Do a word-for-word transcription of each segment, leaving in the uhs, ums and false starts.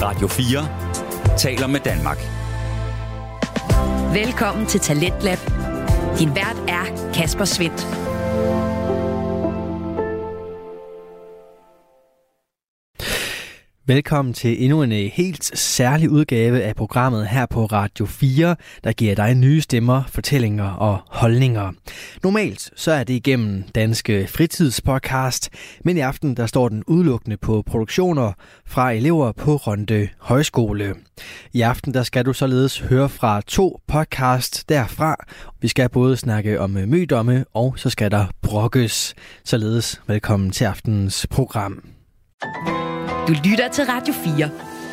Radio fire taler med Danmark. Velkommen til Talentlab. Din vært er Kasper Svendt. Velkommen til endnu en helt særlig udgave af programmet her på Radio fire, der giver dig nye stemmer, fortællinger og holdninger. Normalt så er det igennem Danske Fritidspodcast, men i aften der står den udelukkende på produktioner fra elever på Rønde Højskole. I aften der skal du således høre fra to podcast derfra. Vi skal både snakke om mødomme, og så skal der brokkes. Således velkommen til aftenens program. Du lytter til Radio fire.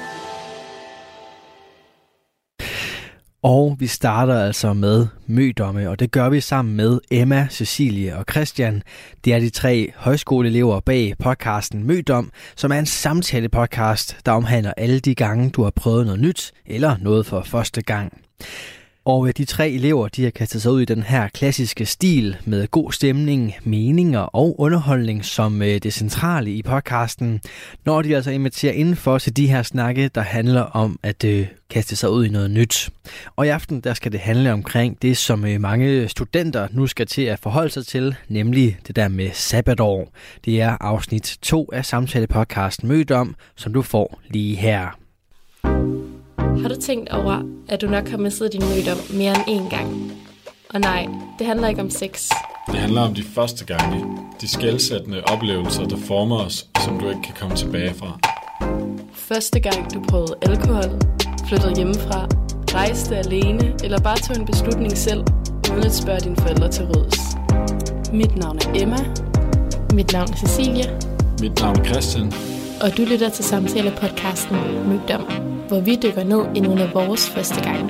Og vi starter altså med mødomme, og det gør vi sammen med Emma, Cecilie og Christian. Det er de tre højskoleelever bag podcasten Mødom, som er en samtale-podcast, der omhandler alle de gange, du har prøvet noget nyt eller noget for første gang. Og de tre elever, de har kastet sig ud i den her klassiske stil med god stemning, meninger og underholdning som det centrale i podcasten, når de altså inviterer indenfor til de her snakke, der handler om at øh, kaste sig ud i noget nyt. Og i aften, der skal det handle omkring det, som øh, mange studenter nu skal til at forholde sig til, nemlig det der med sabbatår. Det er afsnit to af samtale-podcasten Mødom, som du får lige her. Har du tænkt over, at du nok har mistet din mødom mere end én gang? Og nej, det handler ikke om sex. Det handler om de første gange. De skelsættende oplevelser, der former os, og som du ikke kan komme tilbage fra. Første gang du prøvede alkohol, flyttede hjemmefra, rejste alene eller bare tog en beslutning selv, uden at spørge dine forældre til råds. Mit navn er Emma. Mit navn er Cecilie. Mit navn er Christian. Og du lytter til samtale-podcasten Mødom, hvor vi dykker ned i nogle af vores første gange.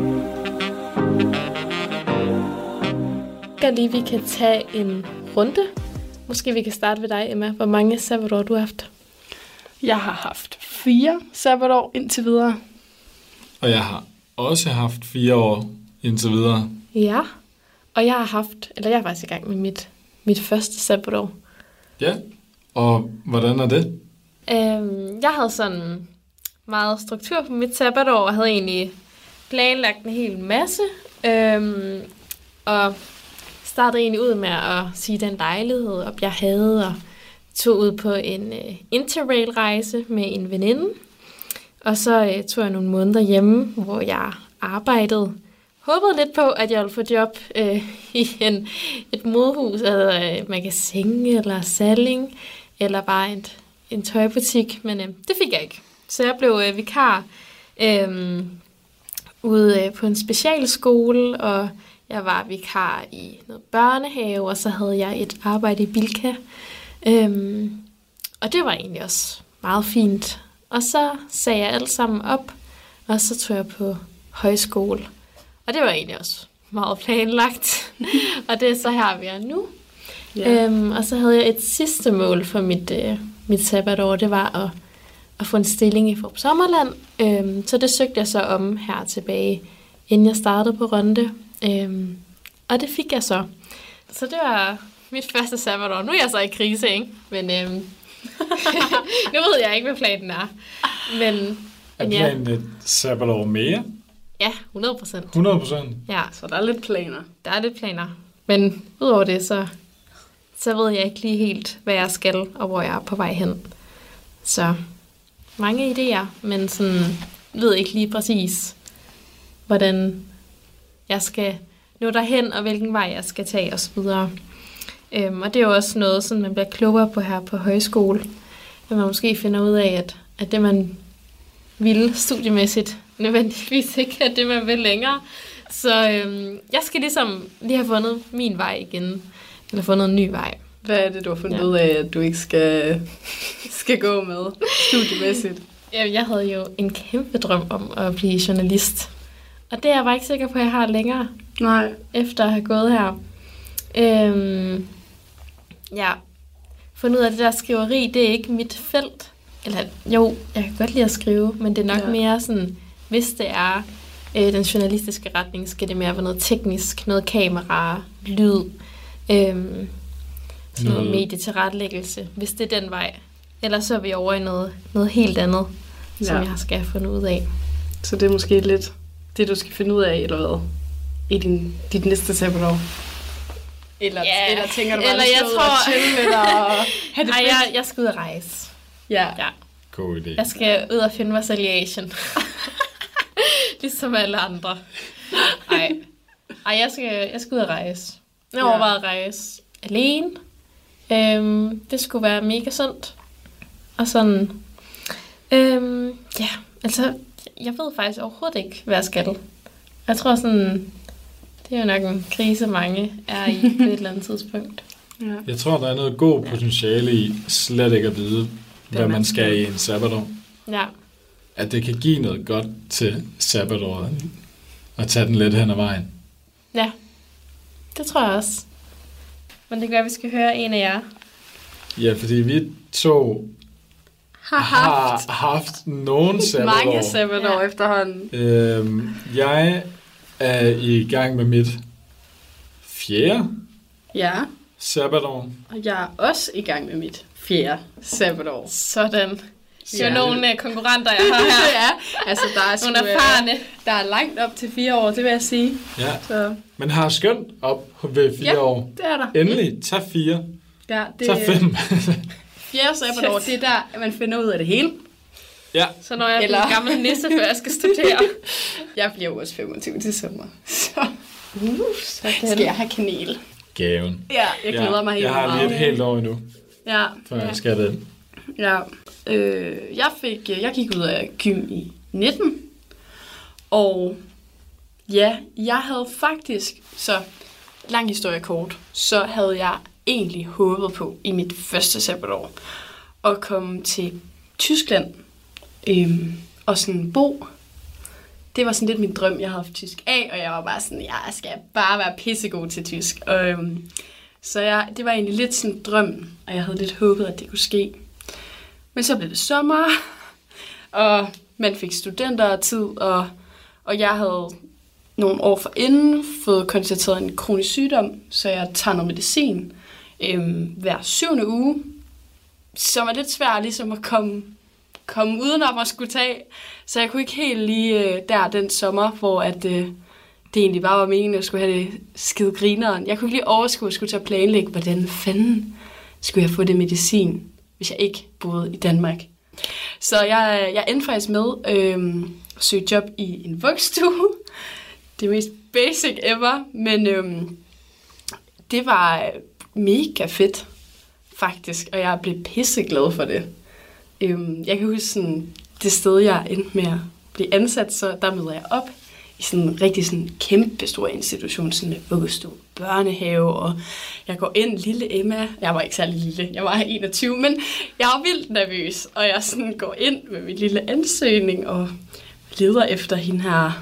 Jeg lige, vi kan tage en runde. Måske vi kan starte ved dig, Emma. Hvor mange sabbatår du har haft? Jeg har haft fire sabbatår indtil videre. Og jeg har også haft fire år indtil videre. Ja, og jeg har haft, eller jeg er faktisk i gang med mit, mit første sabbatår. Ja, og hvordan er det? Øhm, jeg havde sådan meget struktur på mit sabbatår, og havde egentlig planlagt en hel masse. Øhm, og startede egentlig ud med at sige den lejlighed op, jeg havde, og tog ud på en uh, interrail-rejse med en veninde. Og så uh, tog jeg nogle måneder hjemme, hvor jeg arbejdede. Håbede lidt på, at jeg ville få job uh, i en, et modehus, altså uh, magasin eller salling, eller bare et, en tøjbutik, men uh, det fik jeg ikke. Så jeg blev uh, vikar uh, ude uh, på en specialskole, og jeg var vikar i noget børnehave, og så havde jeg et arbejde i Bilka. Um, og det var egentlig også meget fint. Og så sagde jeg alt sammen op, og så tog jeg på højskole. Og det var egentlig også meget planlagt. Og det er så her, vi er nu. Yeah. Um, og så havde jeg et sidste mål for mit, uh, mit sabbatår, det var at, at få en stilling i Fårup Sommerland. Um, så det søgte jeg så om her tilbage, inden jeg startede på Rønde. Um, og det fik jeg så. Så det var mit første sabbatår. Nu er jeg så i krise, ikke? Men um, nu ved jeg ikke, hvad planen er. Men, er planen ja. Et sabbatår mere? Ja, hundrede procent. hundrede procent? Ja. Så der er lidt planer. Der er lidt planer. Men udover det, så, så ved jeg ikke lige helt, hvad jeg skal, og hvor jeg er på vej hen. Så mange idéer, men sådan ved ikke lige præcis, hvordan jeg skal nå derhen, og hvilken vej jeg skal tage osv. Øhm, og det er jo også noget, sådan man bliver klogere på her på højskole. At man måske finder ud af, at, at det man vil studiemæssigt, nødvendigvis ikke er det, man vil længere. Så øhm, jeg skal ligesom lige have fundet min vej igen, eller fundet en ny vej. Hvad er det, du har fundet ja. ud af, at du ikke skal, skal gå med studiemæssigt? Jeg havde jo en kæmpe drøm om at blive journalist. Og det er jeg bare ikke sikker på, at jeg har længere. Nej. Efter at have gået her. Øhm, ja, fundet ud af det der skriveri, det er ikke mit felt. Eller jo, jeg kan godt lide at skrive, men det er nok ja. mere sådan, hvis det er øh, den journalistiske retning, skal det mere være noget teknisk, noget kamera, lyd, øhm, sådan noget medietilrettelæggelse, hvis det er den vej. Ellers så er vi over i noget, noget helt andet. ja. som jeg skal have fundet ud af. Så det er måske lidt det, du skal finde ud af, eller hvad? I din, dit næste sabbatår? Eller, yeah. eller tænker du bare, eller at jeg du skal tror... ud og chille lidt og have det Nej, fedt? jeg, jeg skal ud og rejse. Ja. ja. God idé. Jeg skal ud og finde mig selv i Asien. Ligesom alle andre. Ej. Ej, jeg skal, jeg skal ud og rejse. Jeg har overvejet at rejse alene. Øhm, det skulle være mega sundt. Og sådan... Øhm, ja, altså... Jeg ved faktisk overhovedet ikke, hvad jeg skal. Jeg tror sådan... Det er jo nok en krise, mange er i på et eller andet tidspunkt. Ja. Jeg tror, der er noget god potentiale i slet ikke at vide, hvad man, man skal i en sabbatår. Ja. At det kan give noget godt til sabbatåret, og tage den lidt hen ad vejen. Ja, det tror jeg også. Men det gør, at vi skal høre en af jer. Ja, fordi vi to har haft, har haft nogle sabbatår. mange sabbatår Ja. efterhånden. Øhm, jeg er i gang med mit fjerde Ja, sabbatår. og jeg er også i gang med mit fjerde sabbatår. Sådan. Det er Ja. jo nogle uh, konkurrenter, jeg har her. Ja, altså der er, sgu, Nogle erfarne. øh, der er langt op til fire år, det vil jeg sige. Ja, Så men har skønt op ved fire Ja. år. det er der. Endelig, tag fire. Ja, det Tag fem. fjerde sabbatår, det er der, at man finder ud af det hele. Ja, Så når jeg Eller- bliver en gammel nisse, før jeg skal studere. Jeg bliver jo også femogtyve til sommer, så Uh, skal jeg have kanel. gaven. Ja, jeg glæder ja, mig helt Jeg har meget. lige et helt år endnu, Ja, før jeg skal det. ja. Øh, jeg, fik, jeg gik ud af gym i nitten, og ja, jeg havde faktisk, så lang historie kort, så havde jeg egentlig håbet på i mit første sabbatår at komme til Tyskland øhm, og sådan bo. Det var sådan lidt min drøm, jeg havde haft tysk af, og jeg var bare sådan, jeg skal bare være pissegod til tysk. Og, øhm, så jeg, det var egentlig lidt sådan drøm, og jeg havde lidt håbet, at det kunne ske. Men så blev det sommer, og man fik studentertid, og, og jeg havde nogle år forinden fået konstateret en kronisk sygdom, så jeg tager noget medicin øhm, hver syvende uge, som er lidt svært ligesom at komme, komme udenom at skulle tage. Så jeg kunne ikke helt lige øh, der den sommer, hvor at, øh, det egentlig bare var meningen, at jeg skulle have det skide grineren. Jeg kunne ikke lige overskue at skulle til at planlægge, hvordan fanden skulle jeg få det medicin, hvis jeg ikke boede i Danmark. Så jeg, jeg endte faktisk med øh, at søge job i en vuggestue. Det mest basic ever, men øh, det var mega fedt, faktisk, og jeg blev pisseglad for det. Øh, jeg kan huske sådan, det sted, jeg endte med at blive ansat, så der møder jeg op i sådan en rigtig sådan kæmpe stor institution, sådan en vuggestue, børnehave, og jeg går ind, lille Emma, jeg var ikke særlig lille, jeg var enogtyve, men jeg var vildt nervøs, og jeg sådan går ind med min lille ansøgning, og leder efter hende her,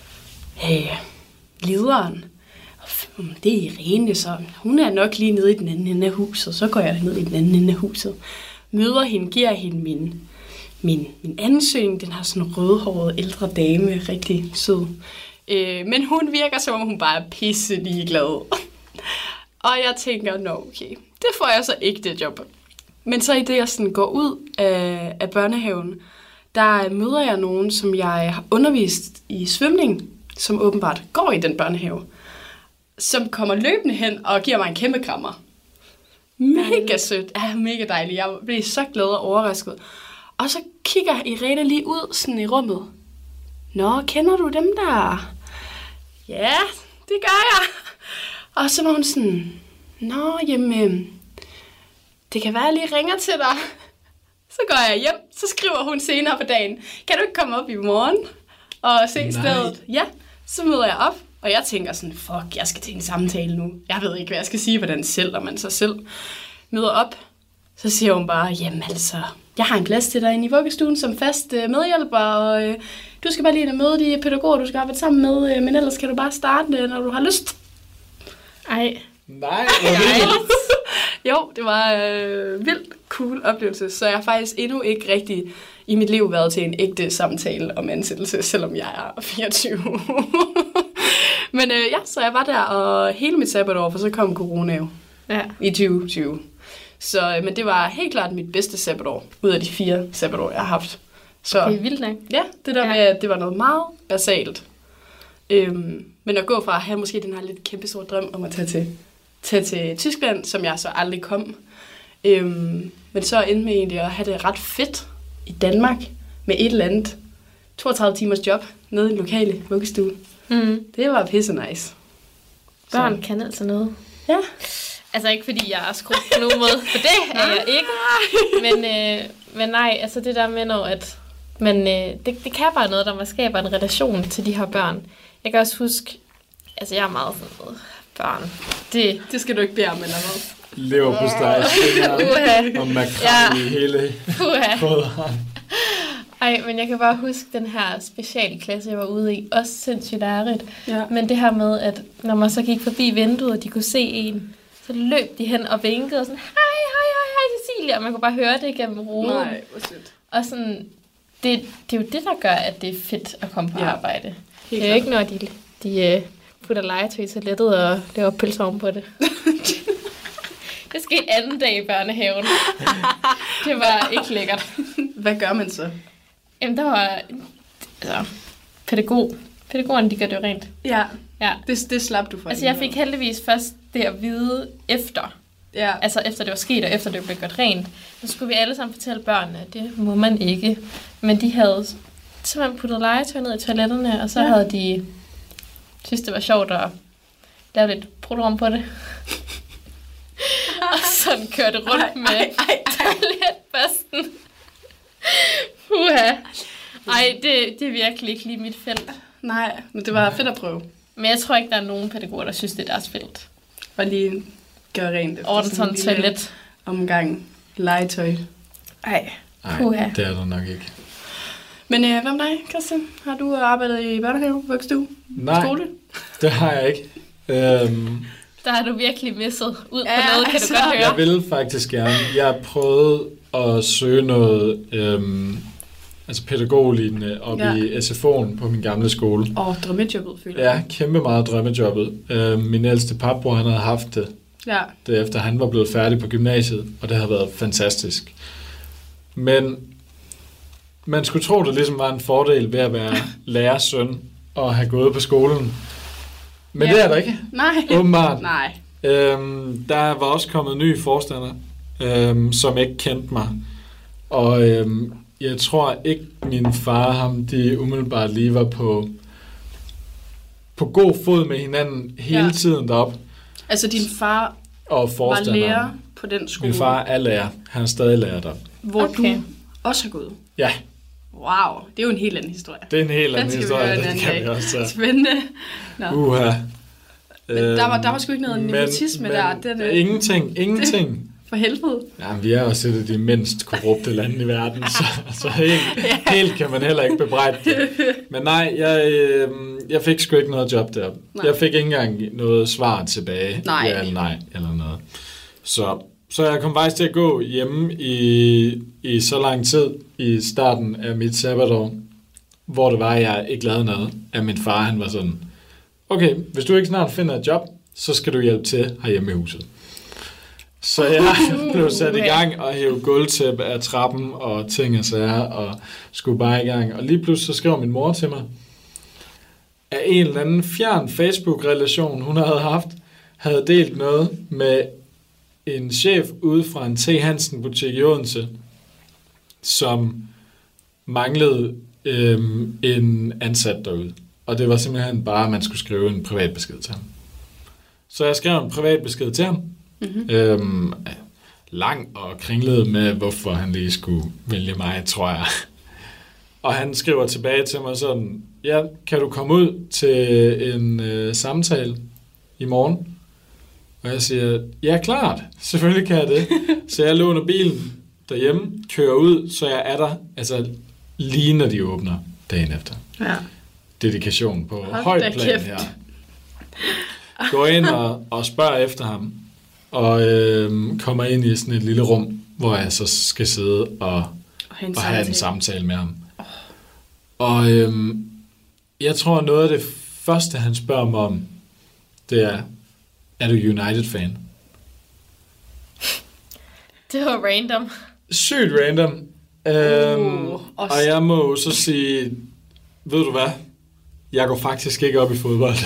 øh, lederen. Det er Irene, så hun er nok lige nede i den anden ende af huset, så går jeg ned i den anden ende af huset, møder hende, giver hende min Min, min ansøgning, den har sådan en rødhåret ældre dame, rigtig sød. Øh, men hun virker som om, hun bare er pisse ligeglad. Og jeg tænker, nå okay, det får jeg så ikke det job. Men så i det, jeg sådan går ud af, af børnehaven, der møder jeg nogen, som jeg har undervist i svømning, som åbenbart går i den børnehave, som kommer løbende hen og giver mig en kæmpe krammer. Mega sødt. Ja, mega dejligt. Jeg blev så glad og overrasket. Og så kigger Irene lige ud sådan i rummet. Nå, kender du dem der? Ja, det gør jeg. Og så var hun sådan, nå, jamen, det kan være, at jeg lige ringer til dig. Så går jeg hjem, så skriver hun senere på dagen, kan du ikke komme op i morgen og se stedet? Ja, så møder jeg op, og jeg tænker sådan, fuck, jeg skal til en samtale nu. Jeg ved ikke, hvad jeg skal sige, hvordan selv, og man så selv møder op. Så siger hun bare, jamen altså, jeg har en plads til dig inde i vuggestuen som fast øh, medhjælper, og øh, du skal bare lige møde de pædagoger, du skal arbejde sammen med, øh, men ellers kan du bare starte, øh, når du har lyst. Ej. Nej, hvor vildt. Jo, det var øh, vildt cool oplevelse, så jeg har faktisk endnu ikke rigtig i mit liv været til en ægte samtale om ansættelse, selvom jeg er fireogtyve. Men øh, ja, så jeg var der, og hele mit sabbatår, for så kom corona jo Ja. i tyve tyve. Så, men det var helt klart mit bedste sabbatår, ud af de fire sabbatår, jeg har haft. Så Det er vildt nok. ja, det der Ja. med, at det var noget meget basalt. Øhm, men at gå fra at have måske den her lidt kæmpe store drøm om at tage til, tage til Tyskland, som jeg så aldrig kom. Øhm, men så endte med egentlig at have det ret fedt i Danmark med et eller andet toogtredive timers job nede i den lokale vuggestue. Mm. Det var pisse nice. Børn kan altså noget. Ja. Altså ikke fordi jeg er skruet på nogen måde, for det er jeg ikke. Men, øh, men nej, altså det der med, når at man, øh, det, det kan bare noget, der man skaber en relation til de her børn. Jeg kan også huske, altså jeg er meget sådan noget, børn. Det, Det skal du ikke bede om, eller hvad? Lever på steg, Uha. og makrel Ja. i hele Puha. krydderen. Ej, men jeg kan bare huske den her specialklasse, jeg var ude i. Også sindssygt lærerigt. Ja. Men det her med, at når man så gik forbi vinduet, og de kunne se en, så løb de hen og vinkede og sådan, hej, hej, hej, hej, Cecilia. Og man kunne bare høre det gennem ruden. Nej, hvor sødt. Og sådan, det, det er jo det, der gør, at det er fedt at komme på Ja. arbejde. Helt Det er jo klart. ikke, når de, de uh, putter legetøj i toilettet og laver pølser oven på det. Det skete anden dag i børnehaven. Det var ikke lækkert. Hvad gør man så? Jamen, der var altså, pædagog. Pædagogerne, de gør det jo rent. Ja, Ja. det, det slap du for. Altså, jeg fik heldigvis først det at vide efter. Ja. Altså, efter det var sket, og efter det blev gjort rent. Så skulle vi alle sammen fortælle børnene, at det må man ikke. Men de havde simpelthen puttet legetøj ned i toiletterne, og så Ja. ja. havde de synes det var sjovt at lave lidt program på det. Og sådan kørte rundt Ej, med ej, ej, toiletbørsten. Uha. Ej, det, det er virkelig ikke lige mit felt. Nej, men det var fedt at prøve. Men jeg tror ikke, der er nogen pædagoger, der synes, det er deres felt. Og lige gøre rent efter Orden sådan sådan en lille toilet. omgang legetøj. Ej. Nej, Puha. det er der nok ikke. Men øh, hvad med dig, Christian? Har du arbejdet i børnehave, vuggestue, Nej, skole? det har jeg ikke. Øhm, Der har du virkelig misset ud på Ja, noget, kan altså. du godt høre. jeg ville faktisk gerne. Jeg prøvede at søge noget øhm, altså pædagoglignende op Ja. ja. i S F O'en på min gamle skole. Åh, oh, drømmejobbet, føler Ja, jeg. kæmpe meget drømmejobbet. Øhm, min ældste papbror, han havde haft det, Ja. det efter han var blevet færdig på gymnasiet, og det havde været fantastisk. Men man skulle tro, det ligesom var en fordel ved at være lærersøn og have gået på skolen. Men Ja. det er der ikke, Nej. åbenbart. Nej. Øhm, der var også kommet nye forstander, øhm, som ikke kendte mig. Og øhm, jeg tror ikke, min far og ham, de umiddelbart lige var på, på god fod med hinanden hele Ja. ja. tiden deroppe. Altså, din far Og var forstanderen. lærer på den skole, Min far er lærer. Han er stadig lærer der. hvor Okay. du også har gået. Ja, Wow, det er jo en helt anden historie. det er en helt Den anden skal vi historie. høre en Det anden kan dag. vi også tage. Spændende. Nå. Uha. Men der var, der var sgu ikke noget Men- nepotisme men der. Den, øh, Ingenting, ingenting. For helvede. Ja, vi er også et af de mindst korrupte lande i verden, så, så helt, helt kan man heller ikke bebrejde det. Men nej, jeg, øh, jeg fik sgu ikke noget job der. Nej. Jeg fik ikke engang noget svar tilbage. Nej. Ja eller nej, eller noget. Så, så jeg kom faktisk til at gå hjemme i, i så lang tid i starten af mit sabbatår, hvor det var, at jeg ikke lavede noget. At min far, han var sådan, okay, hvis du ikke snart finder et job, så skal du hjælpe til herhjemme i huset. Så jeg blev sat i gang og hævde gulvtæppe af trappen og ting og sager og skulle bare i gang. Og lige pludselig så skrev min mor til mig, at en eller anden fjern Facebook-relation, hun havde haft, havde delt noget med en chef ude fra en T. Hansen-butik i Odense, som manglede øhm, en ansat derude. Og det var simpelthen bare, at man skulle skrive en privat besked til ham. Så jeg skrev en privat besked til ham, Mm-hmm. Øhm, lang og kringlet med, hvorfor han lige skulle vælge mig, tror jeg. Og han skriver tilbage til mig sådan, ja, kan du komme ud til en øh, samtale i morgen? Og jeg siger, ja, klart, selvfølgelig kan jeg det. Så jeg låner bilen derhjemme, kører ud, så jeg er der, altså lige når de åbner dagen efter. Ja. Dedikation på Hold højt da plan kæft. her. Går ind og, og spørger efter ham, og øh, kommer ind i sådan et lille rum, hvor jeg så skal sidde og, Og have en og have en samtale. samtale med ham. Og øh, jeg tror, noget af det første, han spørger mig om, det er, er du United-fan? Det var random. Sygt random. Øhm, Uh, og jeg må jo så sige, ved du hvad? Jeg går faktisk ikke op i fodbold.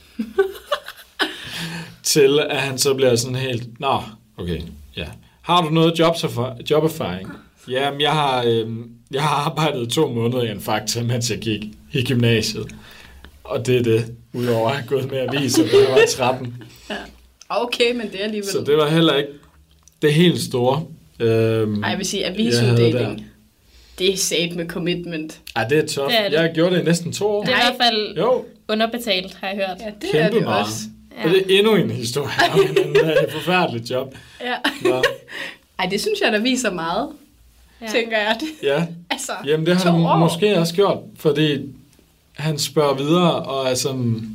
Til at han så bliver sådan helt, nå, okay, ja. Har du noget joberfaring? Jamen, jeg har, øhm, jeg har arbejdet to måneder i en Fakta, mens jeg gik i gymnasiet. Og det er det, udover at jeg har gået med aviser, da jeg var tretten. Ja. Okay, men det er alligevel... Så det var heller ikke det helt store. Øhm, Ej, jeg vil sige, jeg avisuddeling, det er sat med commitment. Ej, det er tough. Det er det. Jeg har gjort det i næsten to år. Det er i hvert fald Jo. underbetalt, har jeg hørt. Ja, det Kæmpe er det meget. også. Ja. Og det er endnu en historie om en uh, forfærdelig job. Ja. Nå. Ej, det synes jeg, der viser meget, ja. tænker jeg. Det. Ja, Altså, jamen det har to han år. måske også gjort, fordi han spørger videre og er sådan,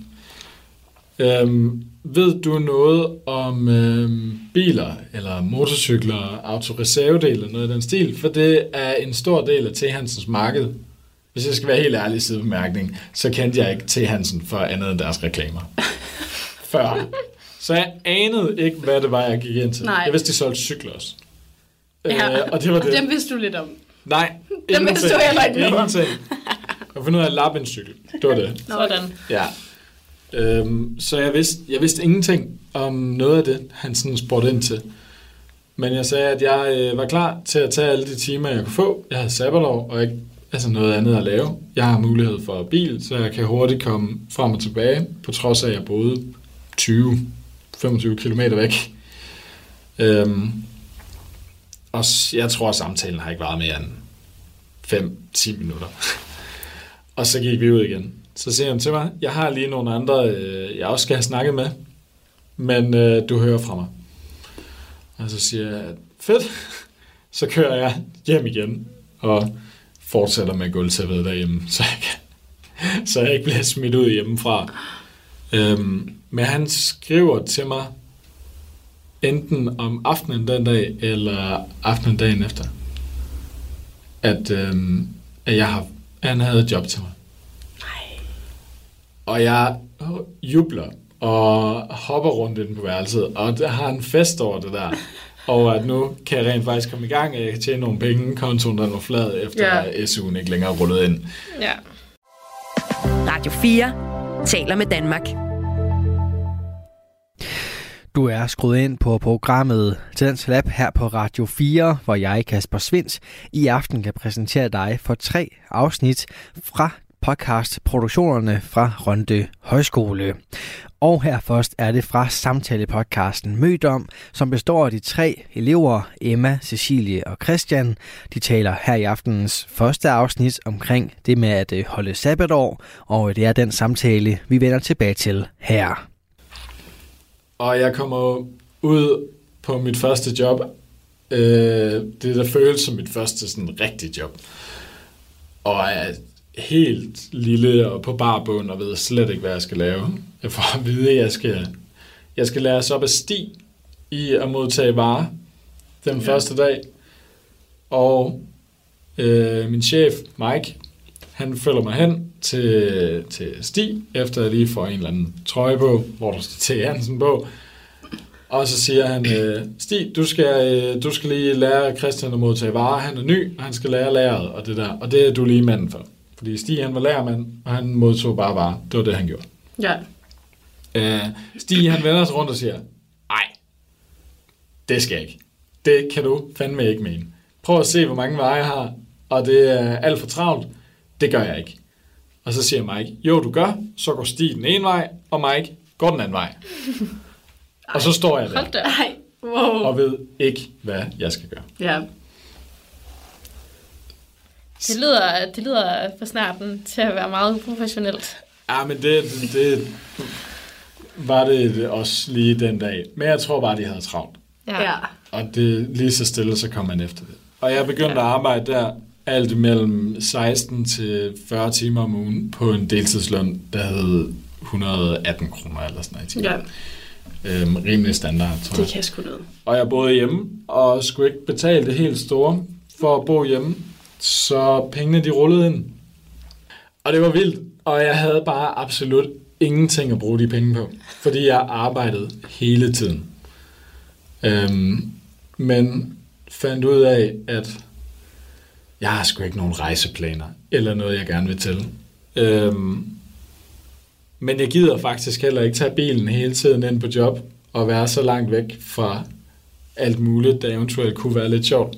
øhm, ved du noget om øhm, biler eller motorcykler, autoreservedel eller noget af den stil? For det er en stor del af T. Hansens marked. Hvis jeg skal være helt ærlig i sidebemærkning, så kendte jeg ikke T. Hansen for andet end deres reklamer. Før. Så jeg anede ikke, hvad det var, jeg gik ind til. Nej. Jeg vidste, de solgte cykler også. Ja. Øh, og det var det. Dem vidste du lidt om. Nej, Dem vidste du heller ikke noget om. Ingenting. Jeg fandt ud af at lappe en cykel. Det var det. Sådan. Ja. Øhm, så jeg vidste, jeg vidste ingenting om noget af det, han sådan spurgte ind til. Men jeg sagde, at jeg øh, var klar til at tage alle de timer, jeg kunne få. Jeg havde sabbatår og ikke altså noget andet at lave. Jeg har mulighed for bil, så jeg kan hurtigt komme frem og tilbage, på trods af, at jeg boede tyve til femogtyve kilometer væk. Øhm, og jeg tror, at samtalen har ikke varet mere end fem til ti minutter. Og så gik vi ud igen. Så siger han til mig, jeg har lige nogle andre, øh, jeg også skal have snakket med, men øh, du hører fra mig. Og så siger jeg, fedt, så kører jeg hjem igen, og fortsætter med gulvtæppet derhjemme, så jeg, kan, så jeg ikke bliver smidt ud hjemmefra. Øhm, men han skriver til mig, enten om aftenen den dag, eller aftenen dagen efter, at, øhm, at jeg har, han havde et job til mig. Nej. Og jeg jubler og hopper rundt ind på værelset, og der har en fest over det der. Og at nu kan jeg rent faktisk komme i gang, og jeg kan tjene nogle penge, kontoen der var flad, efter Ja. at S U'en ikke længere rullet ind. Ja. Radio fire taler med Danmark. Du er skruet ind på programmet Talents Lab her på Radio fire, hvor jeg, Kasper Svinds, i aften kan præsentere dig for tre afsnit fra podcastproduktionerne fra Rønde Højskole. Og her først er det fra samtalepodcasten Mødom, som består af de tre elever, Emma, Cecilie og Christian. De taler her i aftenens første afsnit omkring det med at holde sabbatår, og det er den samtale, vi vender tilbage til her. Og jeg kommer ud på mit første job. Øh, det der føles som mit første sådan rigtige job. Og er helt lille og på bar bund og ved slet ikke, hvad jeg skal lave. Jeg får at vide, at jeg skal, jeg skal lære os op at sti i at modtage varer den ja. første dag. Og øh, min chef, Mike, han følger mig hen til, til sti, efter jeg lige får en eller anden trøje på, hvor der står T. Hansen på. Og så siger han, øh, Stig, du skal, øh, du skal lige lære Christian at modtage varer. Han er ny, og han skal lære læreret og det der. Og det er du lige manden for. Fordi Stig, han var lærermand, og han modtog bare varer. Det var det, han gjorde. Ja. Øh, Stig, han vender sig rundt og siger, nej, det skal jeg ikke. Det kan du fandme ikke mene. Prøv at se, hvor mange varer jeg har, og det er alt for travlt. Det gør jeg ikke. Og så siger Mike, jo, du gør. Så går Stig den ene vej, og Mike går den anden vej. Og så står jeg der, Hold da. Ej, wow. og ved ikke, hvad jeg skal gøre. Ja. Det lyder, det lyder for snarten til at være meget uprofessionelt. Ja, men det, det, det var det også lige den dag. Men jeg tror bare, de havde travlt. Ja. Ja. Og det lige så stille, så kom man efter det. Og jeg begyndte ja. at arbejde der alt mellem seksten til fyrre timer om ugen på en deltidsløn, der hed et hundrede og atten kroner eller sådan noget. Ja. Øhm, rimelig standard, tror jeg. Det kan sgu noget. Og jeg boede hjemme, og skulle ikke betale det helt store for at bo hjemme. Så pengene, de rullede ind. Og det var vildt. Og jeg havde bare absolut ingenting at bruge de penge på. Fordi jeg arbejdede hele tiden. Øhm, men fandt ud af, at jeg har sgu ikke nogen rejseplaner, eller noget, jeg gerne vil til. Øhm, men jeg gider faktisk heller ikke tage bilen hele tiden ind på job, og være så langt væk fra alt muligt, der eventuelt kunne være lidt sjovt.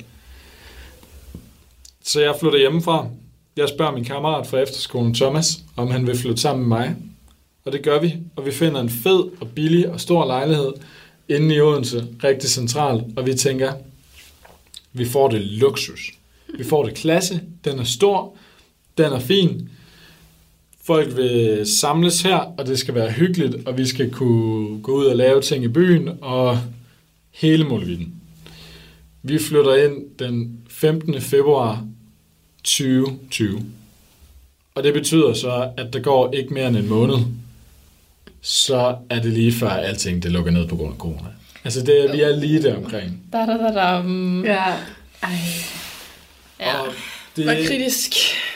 Så jeg flytter hjemmefra. Jeg spørger min kammerat fra efterskolen, Thomas, om han vil flytte sammen med mig. Og det gør vi, og vi finder en fed og billig og stor lejlighed inde i Odense, rigtig centralt, og vi tænker, vi får det luksus. Vi får det klasse, den er stor, den er fin. Folk vil samles her, og det skal være hyggeligt, og vi skal kunne gå ud og lave ting i byen, og hele muligheden. Vi flytter ind den femtende februar tyve tyve. Og det betyder så, at der går ikke mere end en måned, så er det lige før alting det lukker ned på grund af corona. Altså det, vi er lige der omkring. Da, da, da, da. Ja. Ej. Ja. Og Det var kritisk.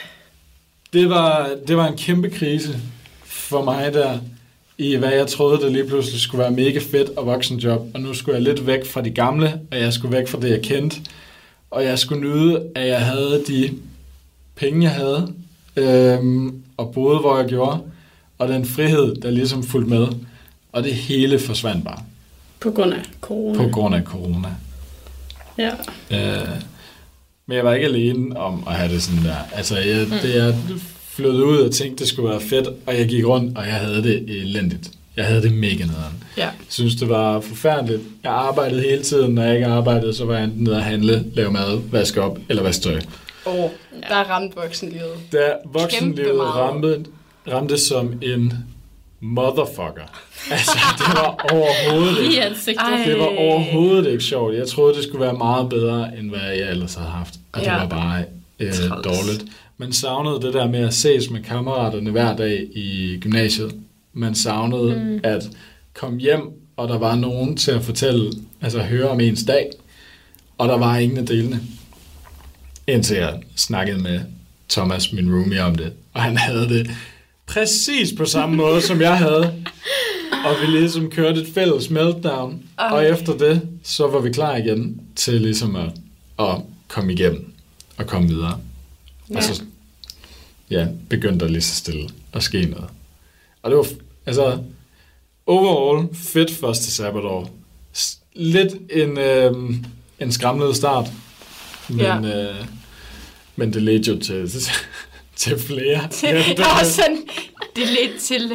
Det var, det var en kæmpe krise for mig der, i hvad jeg troede, det lige pludselig skulle være mega fedt og voksenjob, og nu skulle jeg lidt væk fra de gamle, og jeg skulle væk fra det, jeg kendte, og jeg skulle nyde, at jeg havde de penge, jeg havde, øhm, og boede, hvor jeg gjorde, og den frihed, der ligesom fulgte med, og det hele forsvandt bare. På grund af corona. På grund af corona. Ja. Øh, men jeg var ikke alene om at have det sådan der. Altså, jeg, det jeg flyttede ud og tænkte, det skulle være fedt, og jeg gik rundt, og jeg havde det elendigt. Jeg havde det mega nederen. Ja. Jeg synes, det var forfærdeligt. Jeg arbejdede hele tiden. Når jeg ikke arbejdede, så var jeg enten nede at handle, lave mad, vaske op eller vaske tøj. Åh, oh, der er ramt voksenlivet. Da voksenlivet ramte, ramte som en motherfucker. Altså, det var overhovedet ikke. I ansigtet. Det var overhovedet ikke sjovt. Jeg troede, det skulle være meget bedre, end hvad jeg ellers havde haft. Og det Ja. var bare øh, dårligt. Man savnede det der med at ses med kammeraterne hver dag i gymnasiet. Man savnede mm. at komme hjem, og der var nogen til at fortælle, altså høre om ens dag. Og der var ingen af delene. Indtil jeg snakkede med Thomas, min roomie, om det. Og han havde det præcis på samme måde, som jeg havde. Og vi ligesom kørte et fælles meltdown. Ej. Og efter det, så var vi klar igen til ligesom at, at komme igennem og komme videre. Ja. Og så ja, begyndte der lige så stille at ske noget. Og det var, altså, overall fedt første sabbatår. Lidt en, øh, en skræmmende start. Men, ja. øh, men det ledte jo til, til, til flere. Til, ja, det, var sådan, det ledte til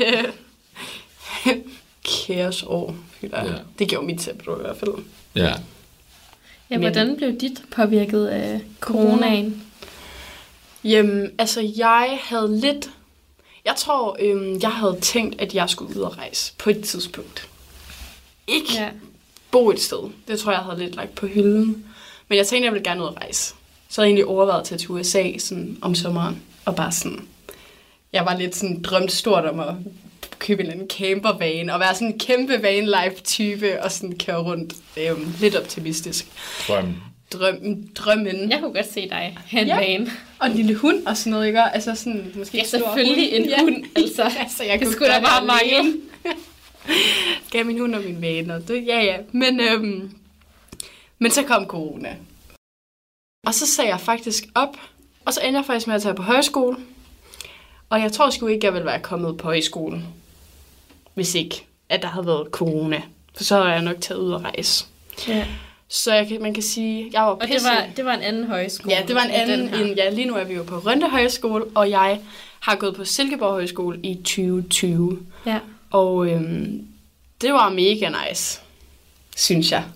øh, kaosår. Ja. Det gjorde mit sabbatår i hvert fald. Ja. Ja, hvordan blev dit påvirket af coronaen? Jamen, altså jeg havde lidt... Jeg tror, øhm, jeg havde tænkt, at jeg skulle ud og rejse på et tidspunkt. Ikke ja. bo et sted. Det tror jeg, jeg havde lidt lagt på hylden. Men jeg tænkte, jeg ville gerne ud og rejse. Så havde jeg egentlig overvejet at tage til U S A sådan, om sommeren. Og bare sådan... Jeg var lidt sådan drømt stort om at købe en eller anden campervan. Og være sådan en kæmpe van-life-type. Og sådan køre rundt. Øhm, lidt optimistisk. Drøm. Drøm, drømmen. Jeg kunne godt se dig have en ja. van. Og en lille hund og sådan noget, ikke? Altså sådan, måske ja, selvfølgelig en ja. hund. Altså, altså jeg det skulle da bare mangle. Skal jeg min hund og min van, og det, ja, ja. Men, øhm, men så kom corona. Og så sagde jeg faktisk op, og så endte jeg faktisk med at tage på højskole. Og jeg tror sgu ikke, jeg ville være kommet på højskole, hvis ikke, at der havde været corona. For så havde jeg nok taget ud og rejse. Ja. Så jeg kan, man kan sige, jeg var pisse. Og det var, det var en anden højskole? Ja, det var en anden. En, ja, lige nu er vi jo på Rønde Højskole, og jeg har gået på Silkeborg Højskole i tyve tyve. Ja. Og øhm, det var mega nice, synes jeg.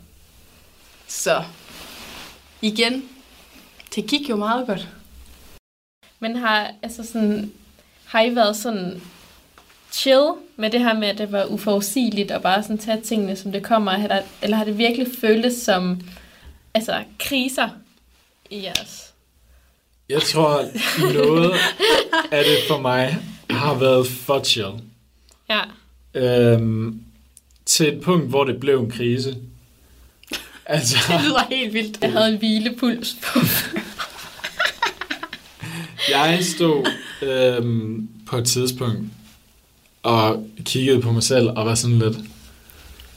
Så igen, det gik jo meget godt. Men har, altså sådan, har I været sådan chill med det her med, at det var uforudsigeligt og bare sådan tage tingene, som det kommer? Eller, eller har det virkelig føltes som altså, kriser i jeres? Jeg tror, noget af det for mig har været for chill. Ja. Øhm, til et punkt, hvor det blev en krise. Altså, det lyder helt vildt. Jeg havde en hvilepuls på. Jeg stod øhm, på et tidspunkt og kiggede på mig selv og var sådan lidt,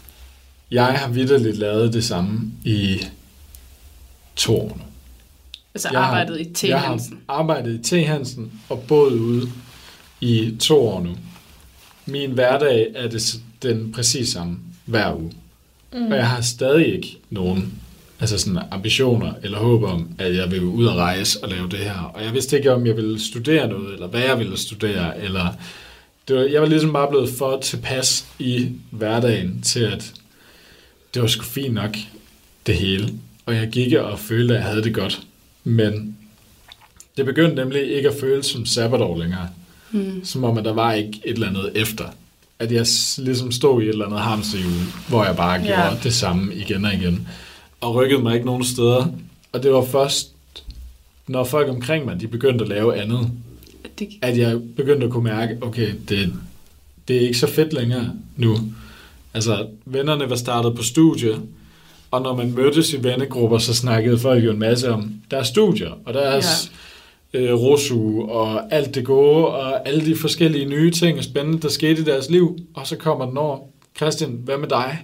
jeg har vitterligt lavet det samme i to år nu. Altså jeg arbejdet i T. Jeg Hansen. har arbejdet i T. Hansen og boet ude i to år nu. Min hverdag er det den præcis samme hver uge. Mm. Og jeg har stadig ikke nogen altså sådan ambitioner eller håb om, at jeg vil ud og rejse og lave det her. Og jeg vidste ikke, om jeg ville studere noget, eller hvad jeg ville studere, eller det var, jeg var ligesom bare blevet for tilpas i hverdagen til, at det var sgu fint nok, det hele. Og jeg gik og følte, at jeg havde det godt. Men det begyndte nemlig ikke at føles som sabbatår længere. Mm. Som om, at der var ikke et eller andet efter. At jeg ligesom stod i et eller andet hamsterhjul, hvor jeg bare gjorde yeah. det samme igen og igen. Og rykkede mig ikke nogen steder. Og det var først, når folk omkring mig, de begyndte at lave andet, at jeg begyndte at kunne mærke, okay, det, det er ikke så fedt længere nu. Altså, vennerne var startet på studie, og når man mødtes i vennegrupper, så snakkede folk jo en masse om deres studier, og deres ja. øh, rosu, og alt det gode, og alle de forskellige nye ting og spændende, der skete i deres liv. Og så kommer den over, Christian, hvad med dig?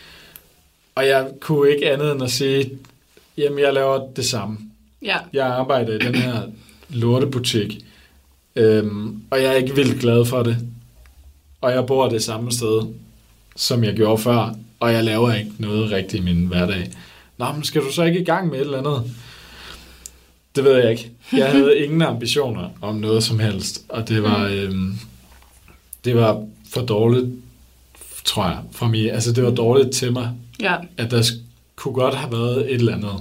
Og jeg kunne ikke andet end at sige, jamen jeg laver det samme. Ja. Jeg arbejder i den her lortebutik, øhm, og jeg er ikke vildt glad for det. Og jeg bor det samme sted, som jeg gjorde før, og jeg laver ikke noget rigtigt i min hverdag. Nå, men skal du så ikke i gang med et eller andet? Det ved jeg ikke. Jeg havde ingen ambitioner om noget som helst, og det var, øhm, det var for dårligt, tror jeg, for mig. Altså, det var dårligt til mig, ja. At der kunne godt have været et eller andet,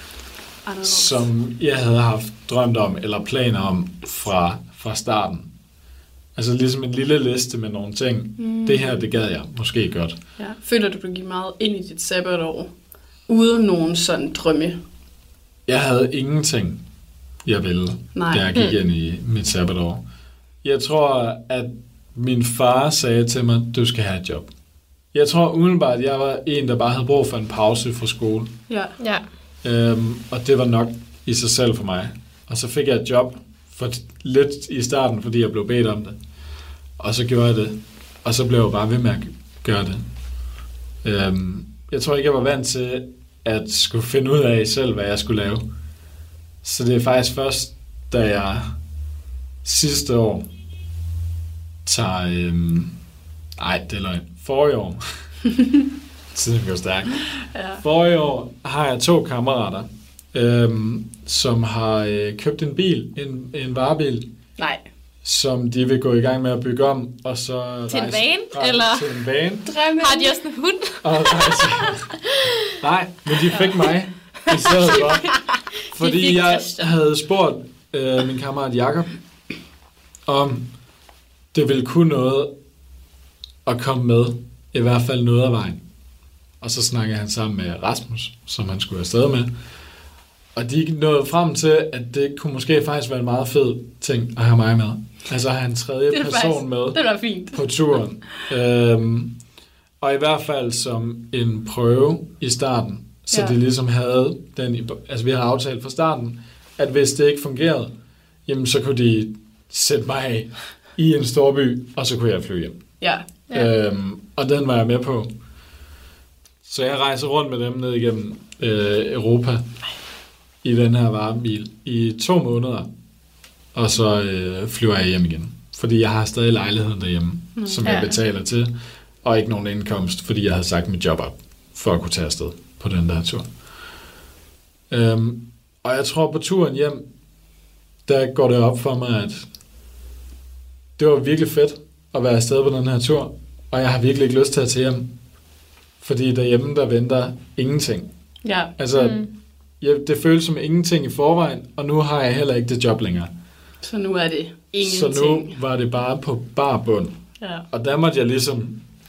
som jeg havde haft drømt om, eller planer om fra, fra starten. Altså ligesom en lille liste med nogle ting. Mm. Det her, det gad jeg måske godt. Ja. Føler du, du gik meget ind i dit sabbatår, uden nogen sådan drømme? Jeg havde ingenting, jeg ville, Nej. da jeg gik ind i mit sabbatår. Jeg tror, at min far sagde til mig, du skal have et job. Jeg tror umiddelbart, at jeg var en, der bare havde brug for en pause fra skole. Ja. Ja. Øhm, og det var nok i sig selv for mig. Og så fik jeg et job for lidt i starten, fordi jeg blev bedt om det. Og så gjorde jeg det. Og så blev jeg bare ved med at gøre det. Øhm, jeg tror ikke, jeg var vant til at skulle finde ud af selv, hvad jeg skulle lave. Så det er faktisk først, da jeg sidste år tager... Øhm, ej, det er løgn. Forrige år. Tiden går stærkt. Ja. Forrige år har jeg to kammerater, øhm, som har øh, købt en bil, en, en varebil. Nej. Som de vil gå i gang med at bygge om, og så til rejse, en van, rejse, eller? Til en van. Drømme. Har de også en hund? Og rejse. Nej, men de fik mig i stedet for. Fordi jeg havde spurgt øh, min kammerat Jakob, om det ville kunne noget at komme med, i hvert fald noget af vejen. Og så snakkede han sammen med Rasmus, som han skulle afsted med. Og de nåede frem til, at det kunne måske faktisk være en meget fed ting at have mig med. Altså at have en tredje person faktisk, med det var fint. på turen. øhm, og i hvert fald som en prøve i starten. Så ja. De ligesom havde den, altså vi havde aftalt fra starten, at hvis det ikke fungerede, jamen så kunne de sætte mig af i en storby, og så kunne jeg flyve hjem. Ja. Ja. Øhm, og den var jeg med på. Så jeg rejser rundt med dem ned igennem øh, Europa i den her varebil i to måneder, og så øh, flyver jeg hjem igen. Fordi jeg har stadig lejligheden derhjemme, mm. som jeg ja. betaler til, og ikke nogen indkomst, fordi jeg havde sagt mit job op, for at kunne tage afsted på den der tur. Øhm, og jeg tror på turen hjem, der går det op for mig, at det var virkelig fedt at være afsted på den her tur, og jeg har virkelig ikke lyst til at tage hjem. Fordi derhjemme, der venter ingenting. Ja. Altså, mm. jeg, det føles som ingenting i forvejen, og nu har jeg heller ikke det job længere. Så nu er det ingenting. Så nu var det bare på bar bund. Ja. Og der måtte jeg ligesom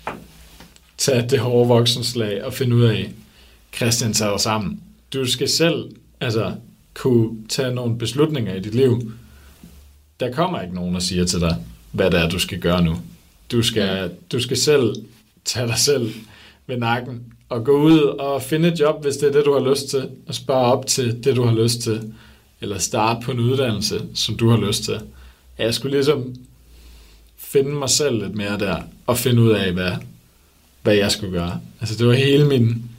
tage det hårde voksenslag og finde ud af, Christian tager sammen. Du skal selv altså, kunne tage nogle beslutninger i dit liv. Der kommer ikke nogen, der siger til dig, hvad det er, du skal gøre nu. Du skal, du skal selv tage dig selv ved nakken og gå ud og finde et job, hvis det er det, du har lyst til, og spare op til det, du har lyst til, eller starte på en uddannelse, som du har lyst til. Jeg skulle ligesom finde mig selv lidt mere der, og finde ud af, hvad, hvad jeg skulle gøre. Altså det var hele min,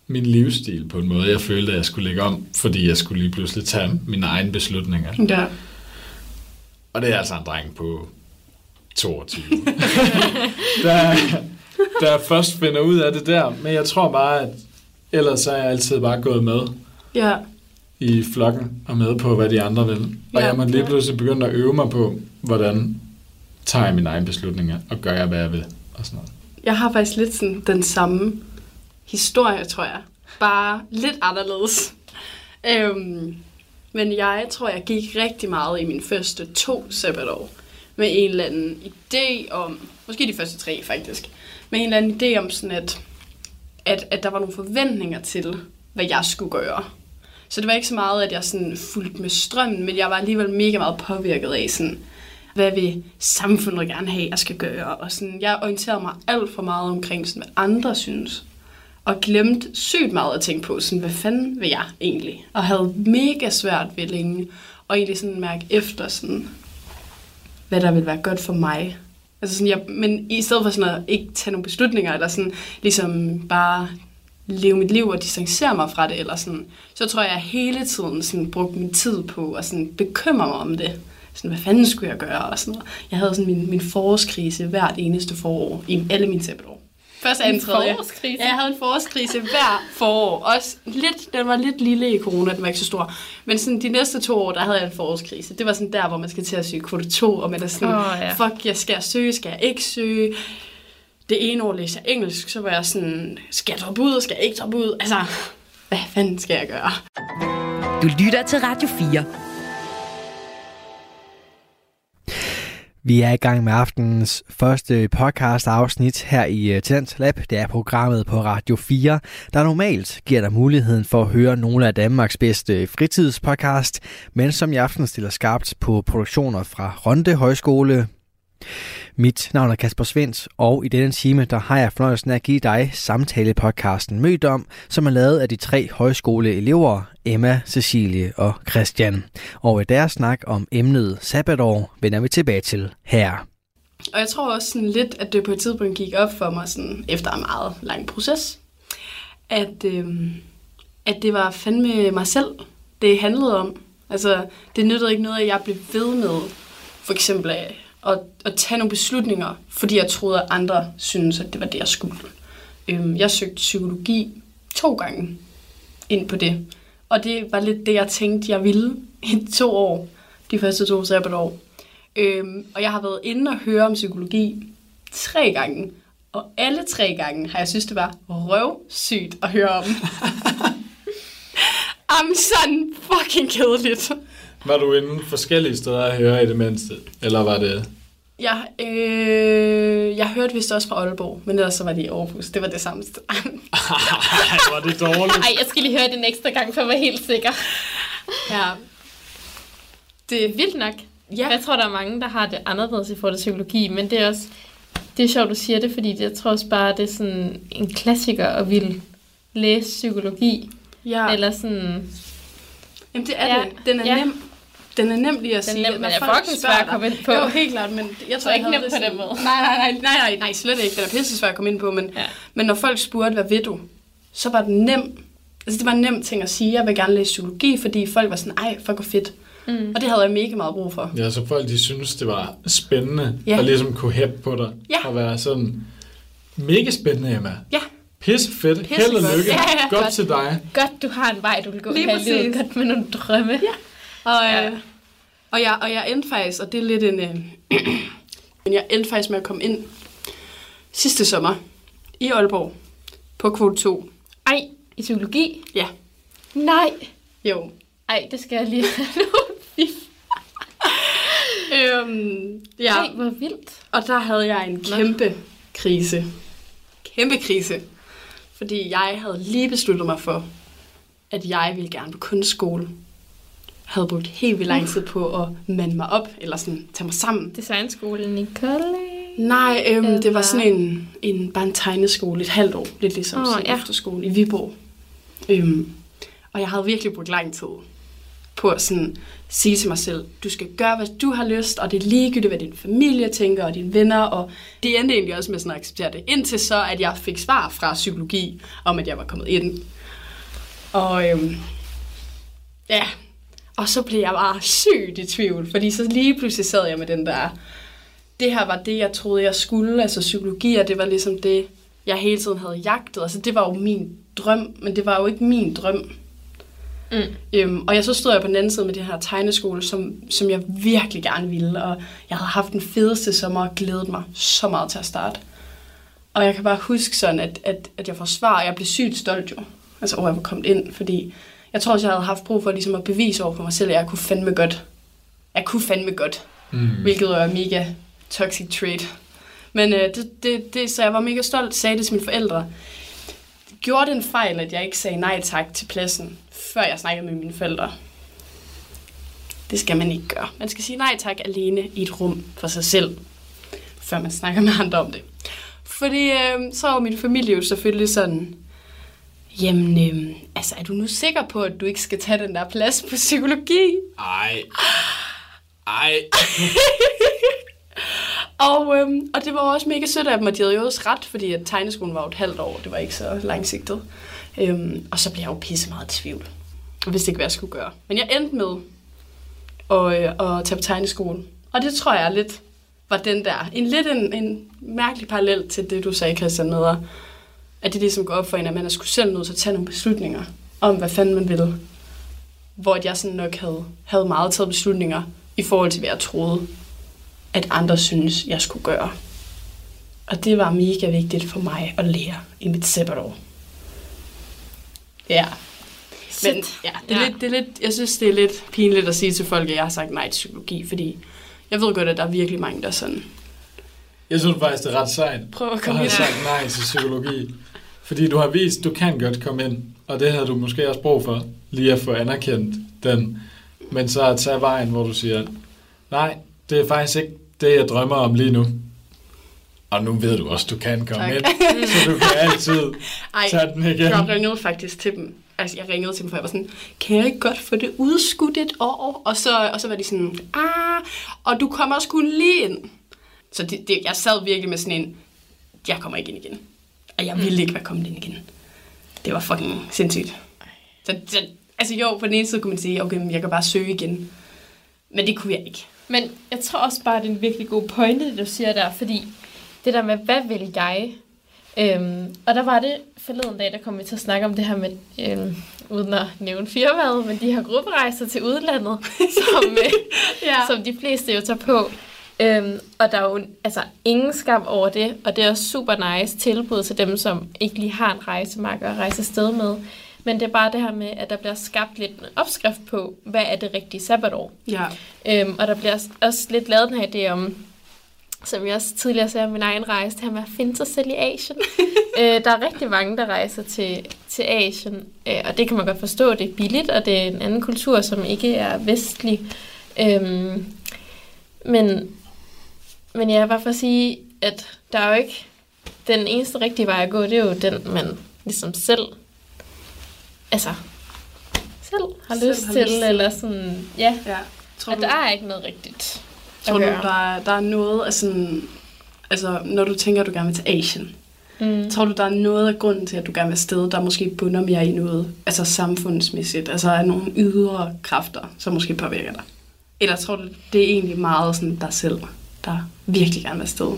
min livsstil på en måde. Jeg følte, at jeg skulle lægge om, fordi jeg skulle lige pludselig tage mine egne beslutninger. Ja. Og det er altså en dreng på toogtyve. der, der først finder ud af det der. Men jeg tror bare, at ellers så er jeg altid bare gået med Ja. i flokken og med på, hvad de andre vil. Og Ja. jeg må lige pludselig begynde at øve mig på, hvordan tager jeg mine egne beslutninger, og gør jeg, hvad jeg vil, og sådan noget. Jeg har faktisk lidt sådan den samme historie, tror jeg. Bare lidt anderledes. Øhm, men jeg tror, jeg gik rigtig meget i mine første to sabbatår med en eller anden idé om, måske de første tre faktisk, med en eller anden idé om sådan, at, at, at der var nogle forventninger til, hvad jeg skulle gøre. Så det var ikke så meget, at jeg sådan fulgte med strømmen, men jeg var alligevel mega meget påvirket af sådan, hvad vil samfundet gerne have, jeg skal gøre. Og sådan, jeg orienterede mig alt for meget omkring, sådan, hvad andre synes. Og glemte sygt meget at tænke på, sådan, hvad fanden vil jeg egentlig? Og havde mega svært ved længe, og egentlig sådan mærke efter, sådan, hvad der ville være godt for mig. Altså sådan, jeg, men i stedet for sådan at ikke tage nogle beslutninger, eller sådan, ligesom bare leve mit liv og distancere mig fra det, eller sådan, så tror jeg, at jeg hele tiden sådan, brugte min tid på at sådan, bekymre mig om det. Sådan, hvad fanden skulle jeg gøre? Og sådan noget. Jeg havde sådan min, min forårskrise hvert eneste forår i alle mine sabbatår. Først anden tredje. Forårskrise? Ja, jeg havde en forårskrise hver forår. Også lidt, den var lidt lille i corona, den var ikke så stor. Men sådan de næste to år, der havde jeg en forårskrise. Det var sådan der, hvor man skal til at søge kvote to, og man er sådan, oh, ja. fuck, jeg skal jeg søge, skal jeg ikke søge? Det ene år læste jeg engelsk, så var jeg sådan, skal jeg droppe ud, skal jeg ikke droppe ud? Altså, hvad fanden skal jeg gøre? Du lytter til Radio fire. Vi er i gang med aftenens første podcast-afsnit her i Talent Lab. Det er programmet på Radio fire, der normalt giver dig muligheden for at høre nogle af Danmarks bedste fritidspodcast, men som i aften stiller skarpt på produktioner fra Rønde Højskole. Mit navn er Kasper Svens, og i denne time der har jeg fornøjelsen af at give dig samtale-podcasten Mødom, som er lavet af de tre højskoleelever, Emma, Cecilie og Christian. Og i deres snak om emnet sabbatår vender vi tilbage til her. Og jeg tror også sådan lidt, at det på et tidspunkt gik op for mig, sådan, efter en meget lang proces, at, øhm, at det var fandme mig selv, det handlede om. Altså, det nyttede ikke noget, at jeg blev ved med, for eksempel af at, at tage nogle beslutninger, fordi jeg troede, at andre syntes, at det var det, jeg skulle. Øhm, jeg søgte psykologi to gange ind på det. Og det var lidt det, jeg tænkte, jeg ville i to år, de første to sabbatår. Øhm, og jeg har været inde og høre om psykologi tre gange. Og alle tre gange har jeg synes, det var røvsygt at høre om. Am sådan fucking kedeligt. Var du inde forskellige steder at høre i det mindste? Eller var det... Ja, øh, jeg hørte vist også fra Aalborg, men ellers så var det i Aarhus. Det var det samme sted. Ej, var det dårligt? Ej, jeg skal lige høre det en ekstra gang, for at være helt sikker. Ja. Det er vildt nok. Ja. Jeg tror, der er mange, der har det anderledes i forhold til psykologi, men det er også det er sjovt, du siger det, fordi jeg tror også bare, det er sådan en klassiker at ville læse psykologi. Ja. Eller sådan... Jamen, det er Ja. det. Den er Ja. nem. Den er nem lige at Den er sige. nem, når men er folk fucking spørger svær at dig. komme ind på. Jo, helt klart, men jeg tror ikke jeg havde nem det på den sådan- måde. Nej, nej, nej, nej, nej, nej, slet ikke. Den er pisse svær at komme ind på, men, Ja. men når folk spurgte, hvad ved du, så var den nem. Altså, det var en nem ting at sige. Jeg vil gerne læse psykologi, fordi folk var sådan, ej, fuck hvor fedt. Mm. Og det havde jeg mega meget brug for. Ja, så folk de synes, det var spændende Ja. at ligesom kunne hæppe på dig. Ja. Og være sådan, mega spændende, Emma. Ja. Pisse fedt. Pisse Held og godt. lykke. Ja, ja, Godt godt. til dig. Godt, du har en vej, du vil gå Lige her i livet. præcis. Godt med nogle drømme. Ja. Og, Ja. øh, og, jeg, og jeg endte faktisk, og det er lidt en... Øh, men jeg endte faktisk med at komme ind sidste sommer i Aalborg på kvote to. Ej, i psykologi? Ja. Nej. Jo. Ej, det skal jeg lige have nogle fif. Øhm, ja. Ej, hvor vildt. Og der havde jeg en kæmpe krise. Kæmpe krise. Fordi jeg havde lige besluttet mig for, at jeg ville gerne på kunstskole. Jeg havde brugt helt vildt lang tid på at mande mig op, eller sådan tage mig sammen. Designskolen i Kolding. Nej, øhm, det var Eller- sådan en, en, bare en tegneskole, et halvt år, lidt ligesom Åh, oh, ja. efterskole i Viborg. Øhm, og jeg havde virkelig brugt lang tid på at sådan sige til mig selv, du skal gøre, hvad du har lyst, og det er ligegyldigt, hvad din familie tænker, og dine venner, og det endte egentlig også med sådan at acceptere det, indtil så, at jeg fik svar fra psykologi, om at jeg var kommet ind. Og øhm, ja, og så blev jeg bare sygt i tvivl, fordi så lige pludselig sad jeg med den der, det her var det, jeg troede, jeg skulle, altså psykologi, og det var ligesom det, jeg hele tiden havde jagtet. Altså det var jo min drøm, men det var jo ikke min drøm. Mm. Øhm, og jeg så stod jeg på den anden side med det her tegneskole, som, som jeg virkelig gerne ville, og jeg havde haft den fedeste sommer og glædet mig så meget til at starte. Og jeg kan bare huske sådan, at, at, at jeg får svar, og jeg blev sygt stolt jo, altså over at jeg var kommet ind, fordi jeg tror også, jeg havde haft brug for ligesom at bevise over for mig selv, at jeg kunne fandme godt. Jeg kunne fandme godt, mm. hvilket var mega toxic trait. Men øh, det, det, det, så jeg var mega stolt, sagde det til mine forældre. Gjorde den fejl, at jeg ikke sagde nej tak til pladsen, før jeg snakkede med mine forældre. Det skal man ikke gøre. Man skal sige nej tak alene i et rum for sig selv, før man snakker med andre om det. Fordi øh, så var min familie jo selvfølgelig sådan, jamen, øh, altså er du nu sikker på, at du ikke skal tage den der plads på psykologi? Ej. Ej. og, øh, og det var også mega sødt af dem, og de havde jo også ret, fordi at tegneskolen var jo et halvt år, det var ikke så langsigtet. Øh, og så blev jeg jo pisse meget i tvivl. Jeg vidste ikke, hvad jeg skulle gøre. Men jeg endte med at, øh, at tage på tegneskolen. Og det tror jeg lidt var den der, en lidt en, en mærkelig parallel til det, du sagde, Christian, med at det ligesom går op for en, at man er skulle selv nødt til at tage nogle beslutninger om, hvad fanden man ville. Hvor jeg sådan nok havde, havde meget taget beslutninger i forhold til, hvad jeg troede, at andre synes, jeg skulle gøre. Og det var mega vigtigt for mig at lære i mit sabbatår. Ja. Men ja, det er, ja. Lidt, det er lidt, jeg synes, det er lidt pinligt at sige til folk, at jeg har sagt nej til psykologi, fordi jeg ved godt, at der er virkelig mange, der sådan... Jeg synes faktisk, det er ret sejt Prøv at komme at ind. have sagt nej til psykologi. Fordi du har vist, du kan godt komme ind, og det havde du måske også brug for, lige at få anerkendt den. Men så at tage vejen, hvor du siger, nej, det er faktisk ikke det, jeg drømmer om lige nu. Og nu ved du også, du kan komme tak. Ind, så du kan altid Ej, tage den igen. Jeg ringede faktisk til dem. Altså, jeg ringede til dem, for jeg var sådan, kan jeg ikke godt få det udskudt et år? Og så, og så var de sådan, ah, og du kommer også kun lige ind. Så det, det, jeg sad virkelig med sådan en, jeg kommer ikke ind igen. Og jeg ville ikke være kommet ind igen. Det var fucking sindssygt. Så, så altså jo, på den ene side kunne man sige, okay, men jeg kan bare søge igen. Men det kunne jeg ikke. Men jeg tror også bare, det er en virkelig god pointe, det du siger der, fordi det der med, hvad vil jeg? Øhm, og der var det forleden dag, der kom vi til at snakke om det her med, øhm, uden at nævne firmaet, men de her grupperejser til udlandet, som, øh, ja. som de fleste jo tager på. Øhm, og der er jo altså ingen skam over det, og det er også super nice tilbud til dem, som ikke lige har en rejsemakker at rejse afsted med. Men det er bare det her med, at der bliver skabt lidt en opskrift på, hvad er det rigtige sabbatår. Ja. Øhm, og der bliver også lidt lavet den her idé om, som jeg også tidligere sagde om min egen rejse, det her med at finde sig selv i Asien. øh, der er rigtig mange, der rejser til, til Asien, øh, og det kan man godt forstå, det er billigt, og det er en anden kultur, som ikke er vestlig. Øhm, men, men jeg vil bare for at sige, at der er jo ikke den eneste rigtige vej at gå, det er jo den, man ligesom selv, altså, selv har selv lyst har til, lyst til, eller sådan, ja, ja. Tror at du, der er ikke noget rigtigt. Tror du, der, der er noget af sådan, altså når du tænker, at du gerne vil til Asien, mm. tror du, der er noget af grunden til, at du gerne vil afsted, der måske bunder mere i noget, altså samfundsmæssigt, altså er nogle ydre kræfter, som måske påvirker dig? Eller tror du, det er egentlig meget sådan dig selv, der virkelig gerne vil afsted?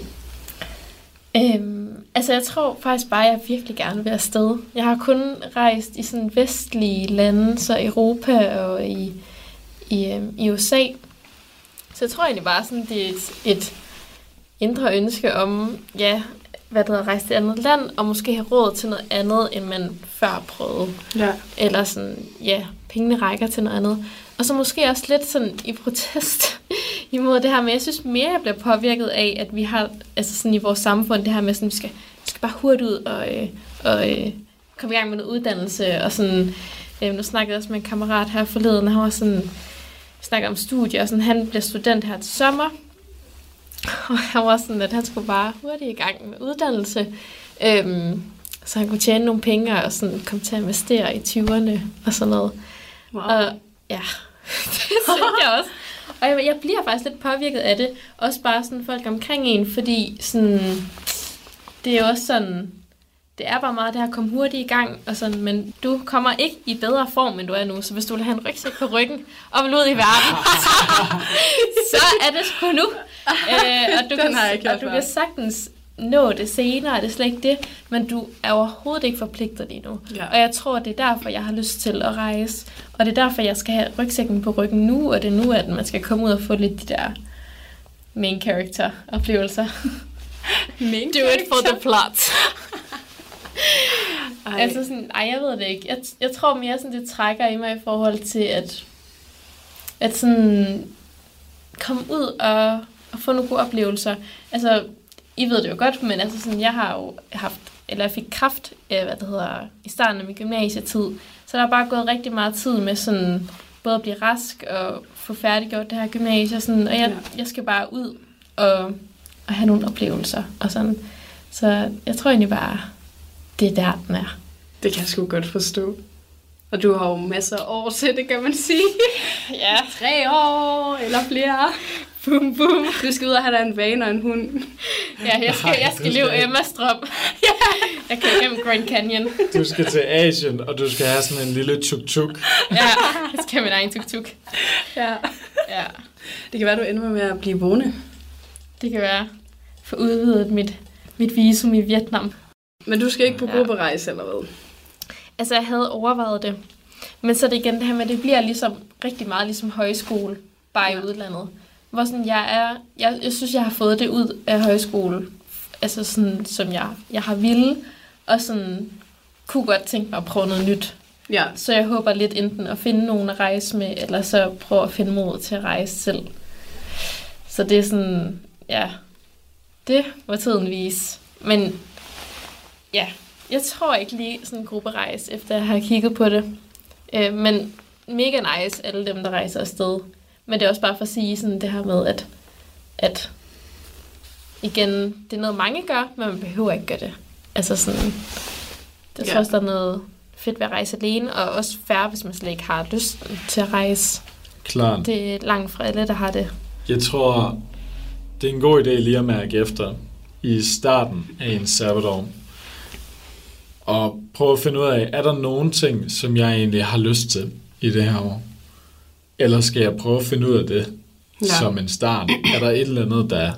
Øhm, altså jeg tror faktisk bare, at jeg virkelig gerne vil afsted. Jeg har kun rejst i sådan vestlige lande, så Europa og i, i, øhm, i U S A. Så jeg tror egentlig bare, sådan, det er et, et indre ønske om, ja, hvad det hedder, at rejse til et andet land, og måske have råd til noget andet, end man før prøvede. Ja. Eller sådan, ja, pengene rækker til noget andet. Og så måske også lidt sådan i protest imod det her, men jeg synes mere, jeg bliver påvirket af, at vi har, altså sådan i vores samfund, det her med sådan, vi skal, vi skal bare hurtigt ud og, øh, og øh, komme i gang med noget uddannelse, og sådan, øh, nu snakkede jeg også med en kammerat her forleden, og han var sådan, snakker om studier, og sådan, han bliver student her til sommer, og han var sådan, at han skulle bare hurtigt i gang med uddannelse, øhm, så han kunne tjene nogle penge, og sådan komme til at investere i tyverne, og sådan noget. Wow. Og ja, det synes jeg også. Og jeg, jeg bliver faktisk lidt påvirket af det, også bare sådan folk omkring en, fordi sådan, det er jo også sådan, det er bare meget det her at komme hurtigt i gang, og sådan, men du kommer ikke i bedre form, end du er nu, så hvis du vil have en rygsæk på ryggen og vil ud i verden, så er det sgu nu. Øh, og du, kan, og du kan sagtens nå det senere, det er slet ikke det, men du er overhovedet ikke forpligtet lige nu. Ja. Og jeg tror, det er derfor, jeg har lyst til at rejse, og det er derfor, jeg skal have rygsækken på ryggen nu, og det er nu, at man skal komme ud og få lidt de der main character oplevelser. Main Do it for the plot. Altså sådan, ej, jeg ved det ikke. Jeg, jeg tror mere, sådan, det trækker i mig i forhold til, at, at sådan, komme ud og, og få nogle gode oplevelser. Altså, I ved det jo godt, men altså sådan, jeg har jo haft, eller jeg fik kræft, hvad det hedder, i starten af min gymnasietid. Så der er bare gået rigtig meget tid med sådan, både at blive rask og få færdiggjort det her gymnasie. Sådan, og jeg, jeg skal bare ud og, og have nogle oplevelser. Og sådan. Så jeg tror egentlig bare, det er der, den er. Det kan jeg sgu godt forstå. Og du har jo masser af år til det, kan man sige. Ja. Tre år eller flere. Bum, bum. Du skal ud og have dig en vane og en hund. Ja, jeg skal, jeg skal leve Emmas drøm. Ja. Jeg kan gennem Grand Canyon. Du skal til Asien, og du skal have sådan en lille tuk-tuk. Ja, jeg skal have min egen tuk-tuk. Ja. Ja. Det kan være, du ender med at blive boende. Det kan være. For udvidet mit, mit visum i Vietnam. Men du skal ikke på grupperejse, eller hvad? Altså, jeg havde overvejet det. Men så er det igen det her med, at det bliver ligesom rigtig meget ligesom højskole, bare i udlandet. Hvor sådan, jeg er, jeg, jeg synes, jeg har fået det ud af højskole, altså sådan, som jeg, jeg har ville, og sådan, kunne godt tænke mig at prøve noget nyt. Ja. Så jeg håber lidt enten at finde nogen at rejse med, eller så prøve at finde mod til at rejse selv. Så det er sådan, ja, det var tiden vise. Men ja, jeg tror ikke lige sådan en grupperejse, efter jeg har kigget på det. Øh, men mega nice, alle dem, der rejser afsted. Men det er også bare for at sige sådan det her med, at, at igen, det er noget, mange gør, men man behøver ikke gøre det. Altså sådan, det er ja. også der er noget fedt ved at rejse alene, og også fair, hvis man slet ikke har lyst til at rejse. Klart. Det er langt fra alle, der har det. Jeg tror, det er en god idé lige at mærke efter i starten af en sabbatår. Og prøve at finde ud af, er der nogle ting, som jeg egentlig har lyst til i det her år? Eller skal jeg prøve at finde ud af det ja. som en start? Er der et eller andet, der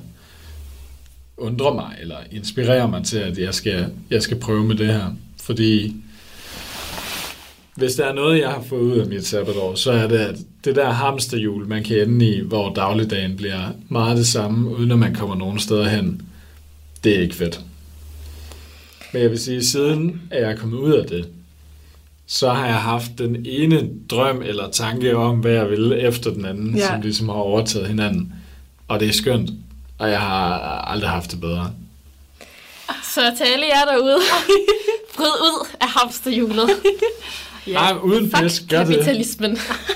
undrer mig, eller inspirerer mig til, at jeg skal, jeg skal prøve med det her? Fordi hvis der er noget, jeg har fået ud af mit sabbatår, så er det, at det der hamsterhjul, man kan ende i, hvor dagligdagen bliver meget det samme, uden at man kommer nogen steder hen, det er ikke fedt. Men jeg vil sige, siden at jeg er kommet ud af det, så har jeg haft den ene drøm eller tanke om, hvad jeg ville efter den anden, ja. som ligesom har overtaget hinanden. Og det er skønt, og jeg har aldrig haft det bedre. Så til alle jer derude, bryd ud af hamsterhjulet. Ja. Nej, uden pæsk, gør det. Kapitalismen.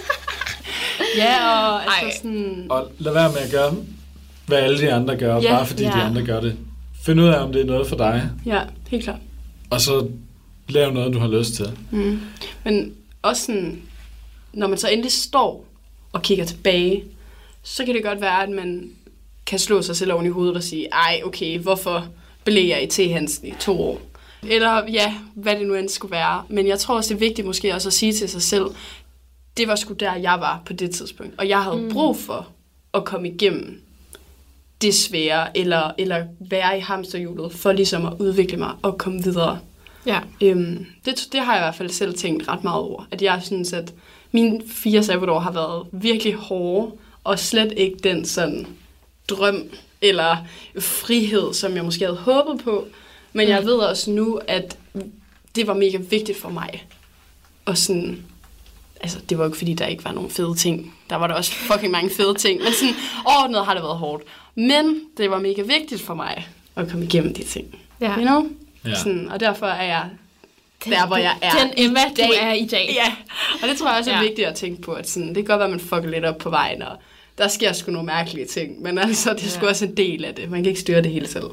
Ja, og altså sådan... Og lad være med at gøre, hvad alle de andre gør, ja, bare fordi ja. de andre gør det. Find ud af, om det er noget for dig. Ja, helt klart. Og så lav noget, du har lyst til. Mm. Men også sådan, når man så endelig står og kigger tilbage, så kan det godt være, at man kan slå sig selv oven i hovedet og sige, ej, okay, hvorfor blev jeg i T. Hansen i to år? Eller ja, hvad det nu end skulle være. Men jeg tror også, det er vigtigt måske også at sige til sig selv, det var sgu der, jeg var på det tidspunkt. Og jeg havde mm. brug for at komme igennem det svære, eller, eller være i hamsterhjulet, for ligesom at udvikle mig og komme videre. Ja. Øhm, det, det har jeg i hvert fald selv tænkt ret meget over. At jeg synes, at mine fire sabbatår har været virkelig hårde, og slet ikke den sådan drøm eller frihed, som jeg måske havde håbet på. Men mm. jeg ved også nu, at det var mega vigtigt for mig. Og sådan, altså det var jo ikke fordi, der ikke var nogen fede ting. Der var der også fucking mange fede ting. Men sådan, overordnet har det været hårdt. Men det var mega vigtigt for mig at komme igennem de ting. Ja. You know? Ja. Sådan, og derfor er jeg den, der, hvor jeg er den Emma, du er i dag. Ja, og det tror jeg også er ja. vigtigt at tænke på. At sådan, det kan godt være, at man fucker lidt op på vejen, og der sker sgu nogle mærkelige ting. Men altså, det er sgu ja. også en del af det. Man kan ikke styre det hele selv.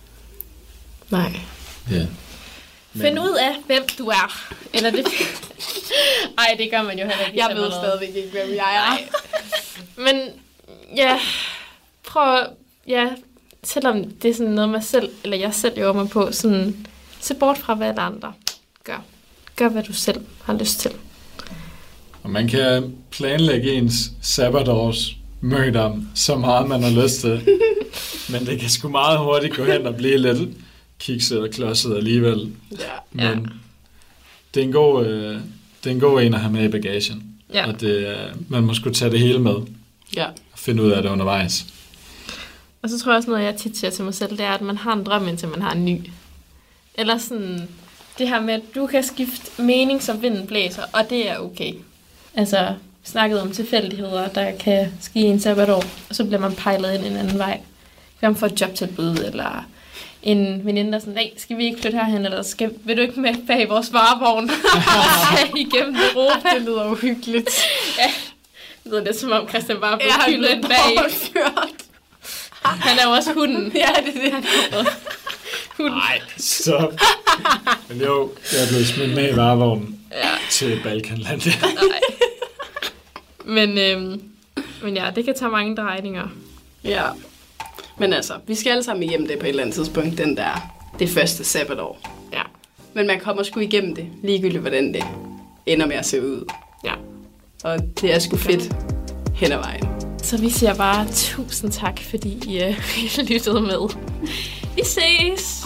Nej. Ja. Men... Find ud af, hvem du er. Eller det... Ej, det gør man jo heller ikke. Jeg ved stadigvæk ikke, hvem jeg er. Nej. Men ja, prøv ja, selvom det er sådan noget, man selv, eller jeg selv øver mig på, sådan se bort fra, hvad alle andre gør. Gør, hvad du selv har lyst til. Og man kan planlægge ens sabbatårs mødom så meget, man har lyst til. Men det kan sgu meget hurtigt gå hen og blive lidt kikset og klodset alligevel. Ja. Men Ja. det er en god, øh, det er en god en at have med i bagagen. Ja. Og det, øh, man må sgu tage det hele med Ja. og finde ud af det undervejs. Og så tror jeg også noget, jeg tit siger til mig selv, det er, at man har en drøm, indtil man har en ny. Eller sådan, det her med, at du kan skifte mening, som vinden blæser, og det er okay. Altså, snakket om tilfældigheder, der kan ske i en sabbatår, og så bliver man pejlet ind en anden vej. Kan man få et jobtilbud, eller en veninde, der sådan, nej, skal vi ikke flytte herhen, eller skal, vil du ikke med bag vores varevogn igennem Europa? Det lyder uhyggeligt. Ja, det lyder lidt som om Christian bare blev Ja, hyldet han bag. Han er jo også hunden. Ja, det er det. Hunden. Nej, stop. Men jo, jeg er blevet smidt med i varevognen Ja. til Balkanland. Nej. Men, øhm, men ja, det kan tage mange drejninger. Ja. Men altså, vi skal alle sammen igennem det på et eller andet tidspunkt, den der, det første sabbatår. Ja. Men man kommer sgu igennem det, ligegyldigt hvordan det ender med at se ud. Ja. Og det er sgu fedt hen ad vejen. Så vi siger bare tusind tak, fordi I uh, lyttede med. Vi ses!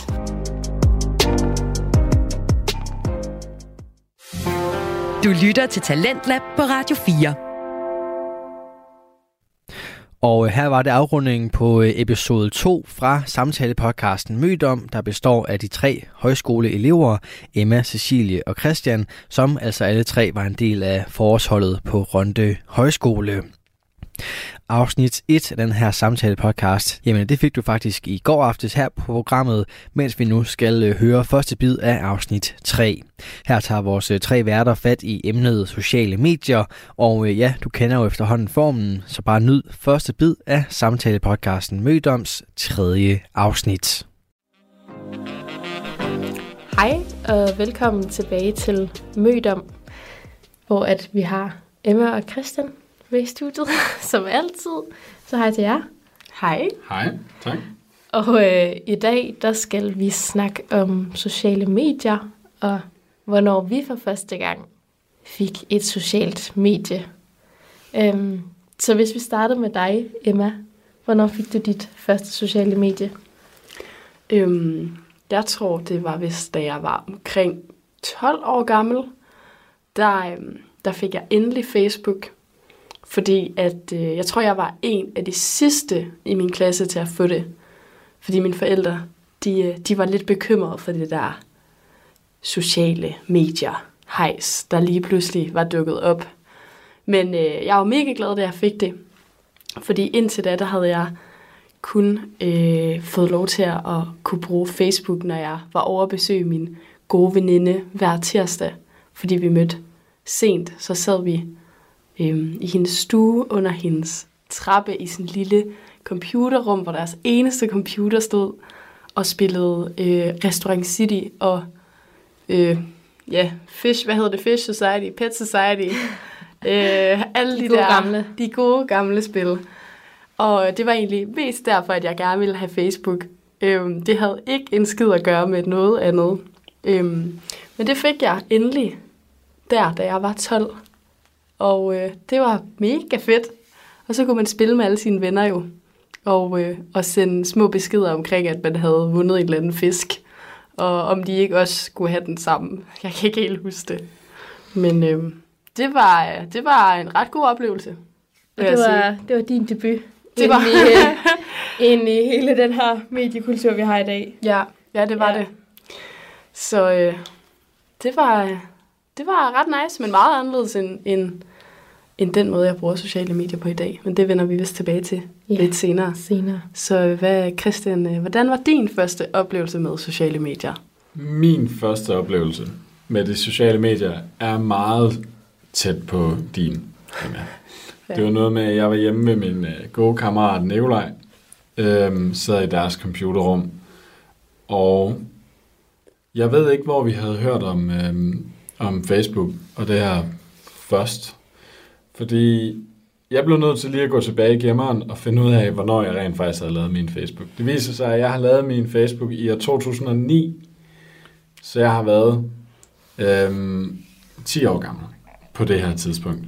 Du lytter til Talentlab på Radio fire. Og her var det afrundingen på episode to fra samtalepodcasten Mødom, der består af de tre højskoleelever, Emma, Cecilie og Christian, som altså alle tre var en del af forårsholdet på Rønde Højskole. Afsnit et af den her samtale-podcast, jamen det fik du faktisk i går aftes her på programmet, mens vi nu skal øh, høre første bid af afsnit tre. Her tager vores øh, tre værter fat i emnet sociale medier, og øh, ja, du kender jo efterhånden formen, så bare nyd første bid af samtale-podcasten Mødoms tredje afsnit. Hej og velkommen tilbage til Mødom, hvor at vi har Emma og Christian med i studiet, som altid. Så hej til jer. Hej. Hej, tak. Og øh, i dag, der skal vi snakke om sociale medier, og hvornår vi for første gang fik et socialt medie. Øhm, så hvis vi starter med dig, Emma, hvornår fik du dit første sociale medie? Øhm, jeg tror, det var vist, da jeg var omkring tolv år gammel. Der, øhm, der fik jeg endelig Facebook. Fordi at, øh, jeg tror, jeg var en af de sidste i min klasse til at få det. Fordi mine forældre, de, de var lidt bekymrede for det der sociale medier hejs, der lige pludselig var dukket op. Men øh, jeg var mega glad, da jeg fik det. Fordi indtil da, der havde jeg kun øh, fået lov til at kunne bruge Facebook, når jeg var over at besøge min gode veninde hver tirsdag. Fordi vi mødte sent, så sad vi Øhm, i hendes stue under hendes trappe i sådan en lille computerrum, hvor deres eneste computer stod og spillede øh, Restaurant City og øh, ja, Fish, hvad hedder det? Fish Society, Pet Society, øh, alle de, de gode der gamle. de gode gamle spil. Og det var egentlig mest derfor, at jeg gerne ville have Facebook. Øhm, det havde ikke en skid at gøre med noget andet. Øhm, men det fik jeg endelig der, da jeg var tolv. Og øh, det var mega fedt. Og så kunne man spille med alle sine venner jo. Og, øh, og sende små beskeder omkring, at man havde vundet en eller anden fisk. Og om de ikke også skulle have den sammen. Jeg kan ikke helt huske det. Men øh, det, var, det var en ret god oplevelse. Og det var, det var din debut. Det var ind i, øh, ind i hele den her mediekultur, vi har i dag. Ja, ja det var Ja. det. Så øh, det var... Det var ret nice, men meget anderledes end, end, end den måde, jeg bruger sociale medier på i dag. Men det vender vi vist tilbage til Ja. lidt senere. Senere. Så hvad, Christian, hvordan var din første oplevelse med sociale medier? Min første oplevelse med de sociale medier er meget tæt på din. Ja. Det var noget med, at jeg var hjemme med min øh, gode kammerat Nikolaj, øhm, sad i deres computerrum, og jeg ved ikke, hvor vi havde hørt om, øhm, om Facebook og det her først, fordi jeg blev nødt til lige at gå tilbage i gemmeren og finde ud af, hvornår jeg rent faktisk havde lavet min Facebook. Det viser sig, at jeg har lavet min Facebook i år to tusind og ni, Så jeg har været øhm, ti år gammel på det her tidspunkt.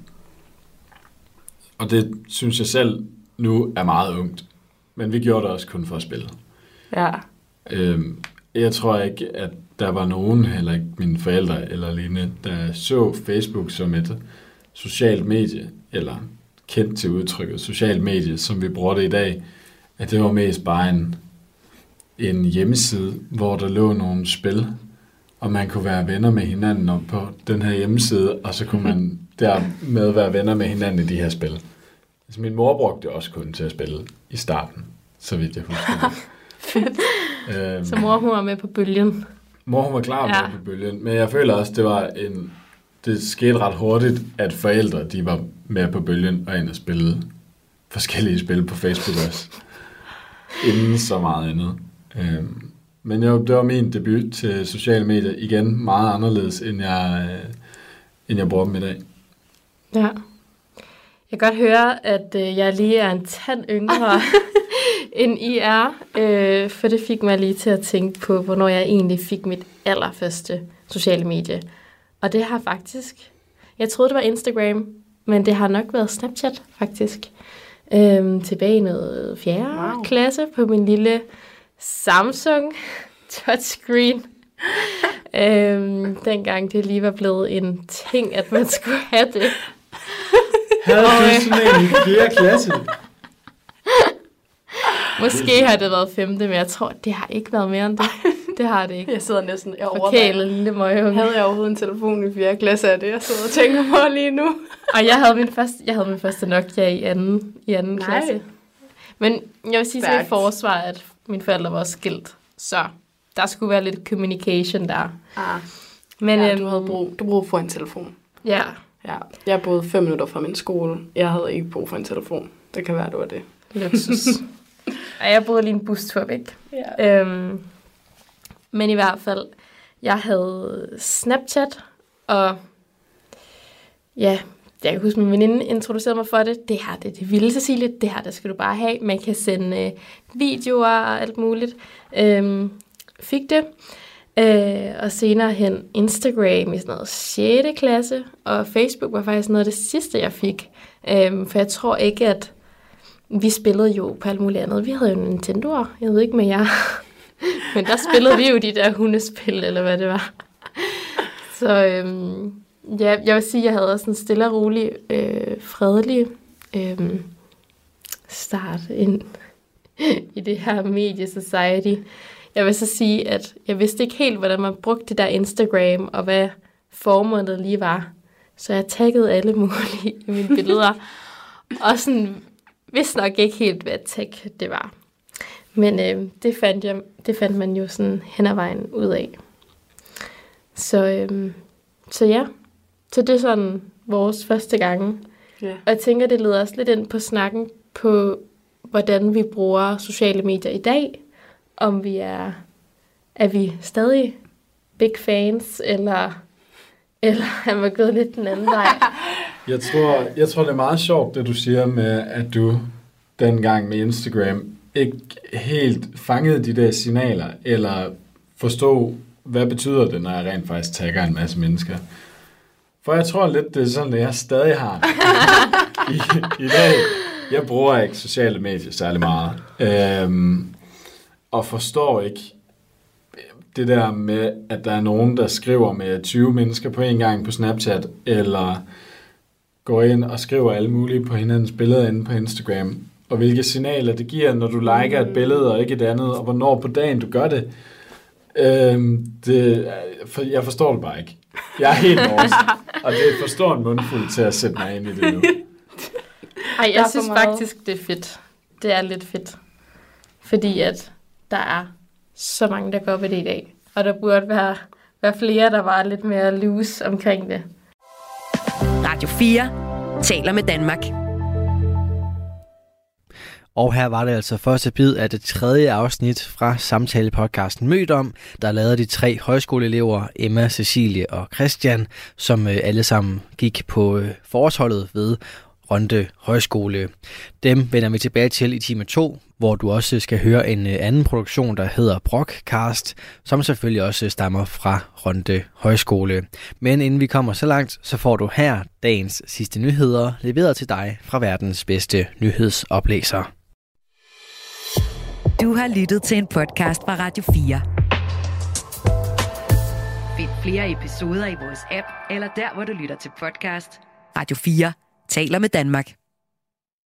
Og det synes jeg selv nu er meget ungt. Men vi gjorde det også kun for at spille. Ja. Øhm, jeg tror ikke, at der var nogen, heller ikke mine forældre eller lignende, der så Facebook som et socialt medie, eller kendt til udtrykket socialt medie, som vi bruger det i dag, at det var mest bare en, en hjemmeside, hvor der lå nogle spil, og man kunne være venner med hinanden op på den her hjemmeside, og så kunne man dermed være venner med hinanden i de her spil. Altså, min mor brugte det også kun til at spille i starten, så vidt jeg husker. Fedt. Øhm, Så mor, hun var med på bølgen. Mor, hun var klar Ja. med på bølgen, men jeg føler også, det var en, det skete ret hurtigt, at forældre, de var med på bølgen og ind og spille forskellige spil på Facebook også. Inden så meget andet. Øhm, men jo, det var min debut til sociale medier. Igen meget anderledes, end jeg, øh, end jeg bruger dem i dag. Ja. Jeg kan godt høre, at øh, jeg lige er en tand yngre, end I er. Øh, for det fik mig lige til at tænke på, hvornår jeg egentlig fik mit allerførste sociale medie. Og det har faktisk... Jeg troede, det var Instagram, men det har nok været Snapchat, faktisk. Øhm, tilbage i noget fjerde Wow. klasse på min lille Samsung touchscreen. øhm, dengang det lige var blevet en ting, at man skulle have det. Havde du sådan en i fjerde klasse? Måske har det været femte, men jeg tror, det har ikke været mere end det. Det har det ikke. Jeg sidder næsten... Jeg Forkælet lille møgeunge. Havde jeg overhovedet en telefon i fjerde klasse af det, jeg sidder og tænker på lige nu? Og jeg havde min første, jeg havde min første Nokia i anden, i anden Nej. klasse. Men jeg vil sige til Stærkt. et forsvar, at mine forældre var også skilt. Så der skulle være lidt communication der. Ah, Men ja, øhm, du havde brug, du brug for en telefon. Ja, Ja, jeg boede fem minutter fra min skole. Jeg havde ikke brug for en telefon. Det kan være, det var det. luksus. Og jeg boede lige en bustur væk. Ja. Øhm, men i hvert fald, jeg havde Snapchat, og ja, jeg kan huske, min veninde introducerede mig for det. Det her, det er det vilde, Cecilie. Det her, det skal du bare have. Man kan sende øh, videoer og alt muligt. Øhm, fik det. Øh, og senere hen Instagram i sådan noget sjette klasse. Og Facebook var faktisk noget af det sidste, jeg fik. Øhm, for jeg tror ikke, at vi spillede jo på alt muligt andet. Vi havde jo Nintendo'er. Jeg ved ikke med jer. Men der spillede vi jo de der hundespil, eller hvad det var. Så øhm, ja, jeg vil sige, at jeg havde også en stille og rolig, øh, fredelig øh, start ind i det her medie-society. Jeg vil så sige, at jeg vidste ikke helt, hvordan man brugte det der Instagram, og hvad formålet lige var. Så jeg taggede alle mulige i mine billeder. Og sådan vidste nok ikke helt, hvad tag det var. Men øh, det, fandt jeg, det fandt man jo sådan hen ad vejen ud af. Så, øh, så ja, så det er sådan vores første gange. Ja. Og jeg tænker, det leder også lidt ind på snakken på, hvordan vi bruger sociale medier i dag. Om vi er, er vi stadig big fans, eller, eller er man gået lidt den anden vej? Jeg tror, jeg tror, det er meget sjovt, det du siger med, at du dengang med Instagram ikke helt fangede de der signaler, eller forstod, hvad betyder det, når jeg rent faktisk tagger en masse mennesker. For jeg tror lidt, det er sådan, at jeg stadig har i, i dag. Jeg bruger ikke sociale medier særlig meget, øhm, og forstår ikke det der med, at der er nogen, der skriver med tyve mennesker på en gang på Snapchat, eller går ind og skriver alle mulige på hinandens billeder inde på Instagram, og hvilke signaler det giver, når du liker et billede og ikke et andet, og hvornår på dagen du gør det. Øhm, det for, jeg forstår det bare ikke. Jeg er helt lost, og det er for stor en mundfuld til at sætte mig ind i det nu. Ej, Der jeg er synes for meget. faktisk, det er fedt. Det er lidt fedt. Fordi at der er så mange, der går op i det i dag. Og der burde være, være flere, der var lidt mere loose omkring det. Radio fire taler med Danmark. Og her var det altså første bid af det tredje afsnit fra samtalepodcasten Mødt om, der lavede de tre højskoleelever, Emma, Cecilie og Christian, som øh, alle sammen gik på øh, forårsholdet ved Rønde Højskole. Dem vender vi tilbage til i time to, hvor du også skal høre en anden produktion, der hedder Brockcast, som selvfølgelig også stammer fra Rønde Højskole. Men inden vi kommer så langt, så får du her dagens sidste nyheder, leveret til dig fra verdens bedste nyhedsoplæser. Du har lyttet til en podcast fra Radio fire. Find flere episoder i vores app, eller der, hvor du lytter til podcast. Radio fire taler med Danmark.